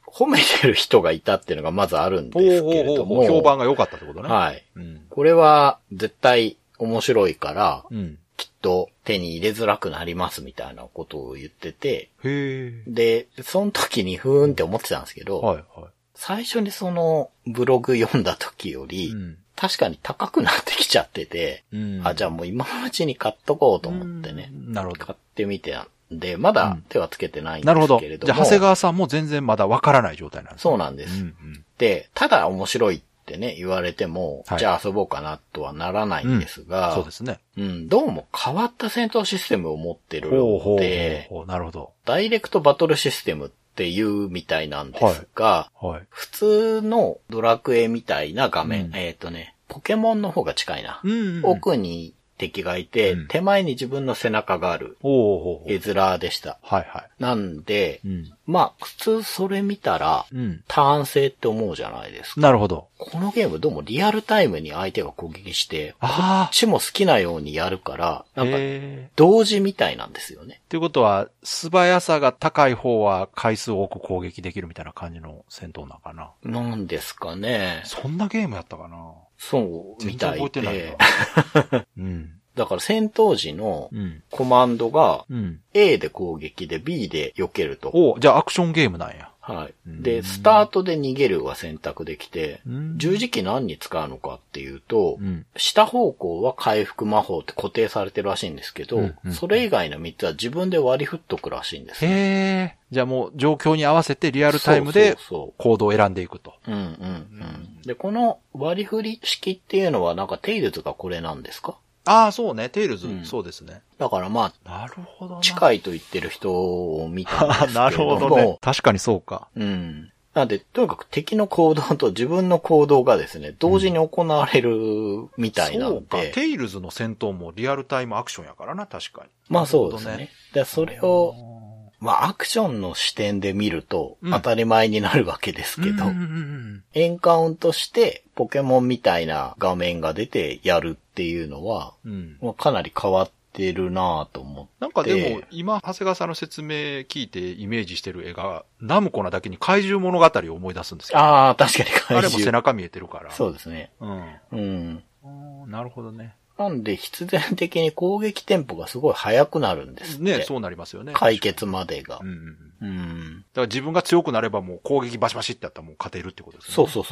褒めてる人がいたっていうのがまずあるんですけれども。 評判が良かったってことね。 はい。これは絶対面白いから、 うんきっと手に入れづらくなりますみたいなことを言ってて、で、その時にふーんって思ってたんですけど、 はいはい、 最初にそのブログ読んだ時より、確かに高くなってきちゃってて、じゃあもう今のうちに買っとこうと思ってね、 なるほど。 買ってみてで、まだ手はつけてないんですけれども。 なるほど。じゃあ長谷川さんも全然まだわからない状態なんですね。 そうなんです。で、ただ面白いってね、言われても、じゃあ遊ぼうかなとはならないんですが、 そうですね。 どうも変わった戦闘システムを持ってるので、 なるほど。 ダイレクトバトルシステムっていうみたいなんですが、普通のドラクエみたいな画面、ポケモンの方が近いな。奥に敵がいて、手前に自分の背中がある絵面でした。なんで、まあ、普通それ見たら、ターン制って思うじゃないですか。 なるほど。 このゲームどうもリアルタイムに相手が攻撃して、こっちも好きなようにやるから、なんか、同時みたいなんですよね。 ということは、素早さが高い方は回数多く攻撃できるみたいな感じの戦闘なのかな。 なんですかね。 そんなゲームやったかな。 そうみたいで。だから戦闘時のコマンドが A で攻撃で B で避けると。 じゃあアクションゲームなんや。 はい。で、スタートで逃げるは選択できて、十字キー何に使うのかっていうと、下方向は回復魔法って固定されてるらしいんですけど、それ以外の3つは自分で割り振っとくらしいんですね。 じゃあもう状況に合わせてリアルタイムで行動を選んでいくと。 で、この割り振り式っていうのはなんかテイルズがこれなんですか？ そうね。テイルズ、そうですね。 だからまあ、 なるほど。 近いと言ってる人を見たんですけども。 なるほどね。確かにそうか。 なんで、とにかく敵の行動と自分の行動がですね、同時に行われるみたいなんで。そうか。 テイルズの戦闘もリアルタイムアクションやからな、確かに。 まあそうですね。で、それを、まあアクションの視点で見ると当たり前になるわけですけど、エンカウントしてポケモンみたいな画面が出てやるっていうのは、まあ、かなり変わってるなぁと思って。 なんかでも今長谷川さんの説明聞いてイメージしてる絵がナムコなだけに怪獣物語を思い出すんですけど。 確かに怪獣。 あれも背中見えてるから。 そうですね。 なるほどね。 なんで必然的に攻撃テンポがすごい速くなるんですって。 ね、そうなりますよね。 解決までが。だから自分が強くなればもう攻撃バシバシってやったらもう勝てるってことですね。 そう。ちょっ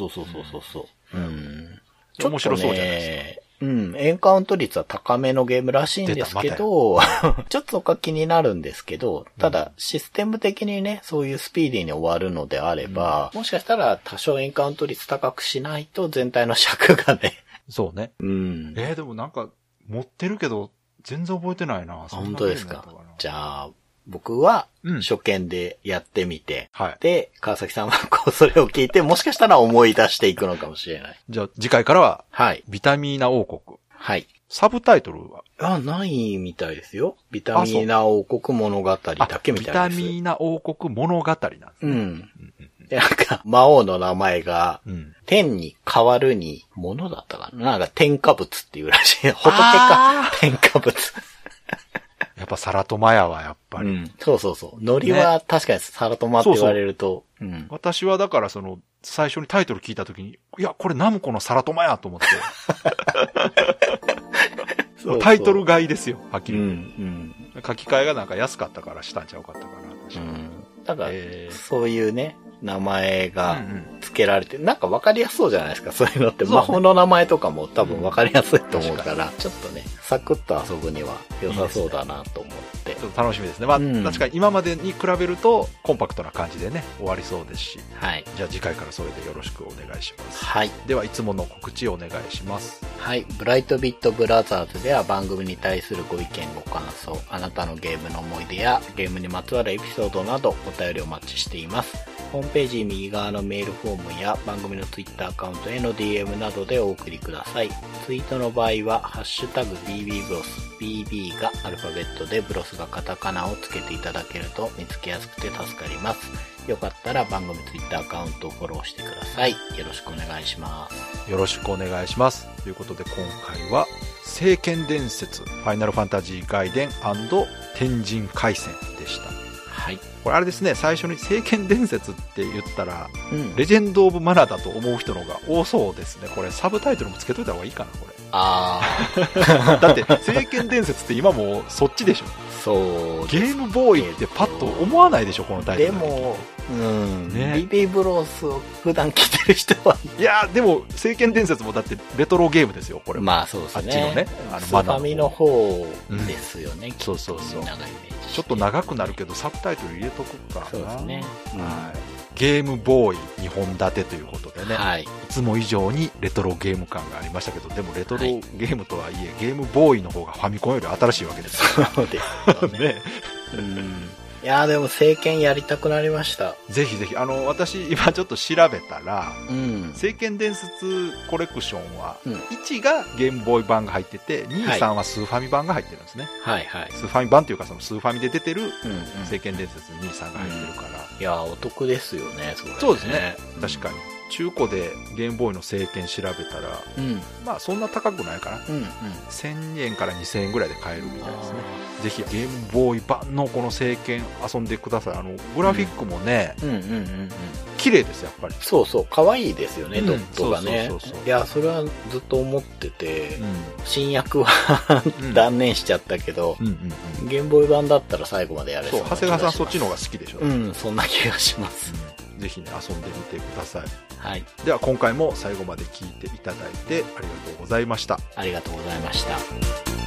と面白そうじゃないですか。エンカウント率は高めのゲームらしいんですけど、ちょっとそこは気になるんですけど、ただシステム的にね、そういうスピーディーに終わるのであれば、もしかしたら多少エンカウント率高くしないと全体の尺がね、 そうね。でもなんか、持ってるけど、全然覚えてないな。 本当ですか。じゃあ、僕は、初見でやってみて、で、川崎さんはそれを聞いて、もしかしたら思い出していくのかもしれない。 じゃあ、次回からは、ビタミーナ王国。サブタイトルはないみたいですよ。ビタミーナ王国物語だけみたいです。 ビタミーナ王国物語なんですね。 なんか、魔王の名前が、天に変わるに、ものだったかな。なんか、天下物っていうらしい。仏か、天下物。 やっぱサラトマヤはやっぱり。 そう。ノリは確かにサラトマって言われると。 私はだから最初にタイトル聞いたときに、いや、これナムコのサラトマヤと思って。タイトル買いですよ、はっきり言って。書き換えがなんか安かったからしたんちゃうかったかな。 だから、そういうね、名前が付けられて、なんか分かりやすそうじゃないですか、そういうのって。魔法の名前とかも多分分かりやすいと思うから、ちょっとね、サクッと遊ぶには良さそうだなと思って。 ちょっと楽しみですね。まあ、確かに今までに比べるとコンパクトな感じでね、終わりそうですし。じゃあ次回からそれでよろしくお願いします。では、いつもの告知をお願いします。 ブライトビットブラザーズでは番組に対するご意見ご感想、あなたのゲームの思い出やゲームにまつわるエピソードなどお便りお待ちしています。ホームページ右側のメールフォームや番組のツイッターアカウントへの DM などでお送りください。ツイートの場合は、ハッシュタグ BB ブロス、BB がアルファベットでブロスがカタカナをつけていただけると見つけやすくて助かります。よかったら番組ツイッターアカウントをフォローしてください。よろしくお願いします。 よろしくお願いします。ということで今回は、聖剣伝説、ファイナルファンタジー外伝天神回戦でした。 はい。 これあれですね、最初に聖剣伝説って言ったら、レジェンド・オブ・マナだと思う人の方が多そうですね。これサブタイトルもつけといた方がいいかな、これ。だって、聖剣伝説って今もうそっちでしょ。 そう。 ゲームボーイってパッと思わないでしょ、このタイトル。 でも、ね、ビビブロスを普段着てる人は。 いや、でも、聖剣伝説もだってレトロゲームですよ、これ。 まあそうですね。 あっちのね、 スファミの方ですよね、 そうそうそう。 長いイメージ。 ちょっと長くなるけど、サブタイトル入れとくかな。 そうですね。 はい。ゲームボーイ2本立てということでね、いつも以上にレトロゲーム感がありましたけど、でもレトロゲームとはいえ、ゲームボーイの方がファミコンより新しいわけですよ。そうですよね。いやーでも聖剣やりたくなりました。 ぜひぜひ、私今ちょっと調べたら、聖剣伝説コレクションは、1がゲームボーイ版が入ってて、2、3はスーファミ版が入ってるんですね。はいはい。スーファミ版っていうか、そのスーファミで出てる聖剣伝説2、3が入ってるから。 いやーお得ですよね、それね。 そうですね。確かに。中古でゲームボーイの聖剣調べたら、まあそんな高くないかな。1000円から2000円ぐらいで買えるみたいですね。ぜひゲームボーイ版のこの聖剣遊んでください。グラフィックもね、綺麗ですやっぱり。 そうそう、可愛いですよね、ドットがね。いや、それはずっと思ってて、新薬は断念しちゃったけど、ゲームボーイ版だったら最後までやれそうな気がします。 長谷川さんそっちの方が好きでしょ。 そんな気がします。 ぜひね、遊んでみてください。 はい。 では今回も最後まで聞いていただいてありがとうございました。 ありがとうございました。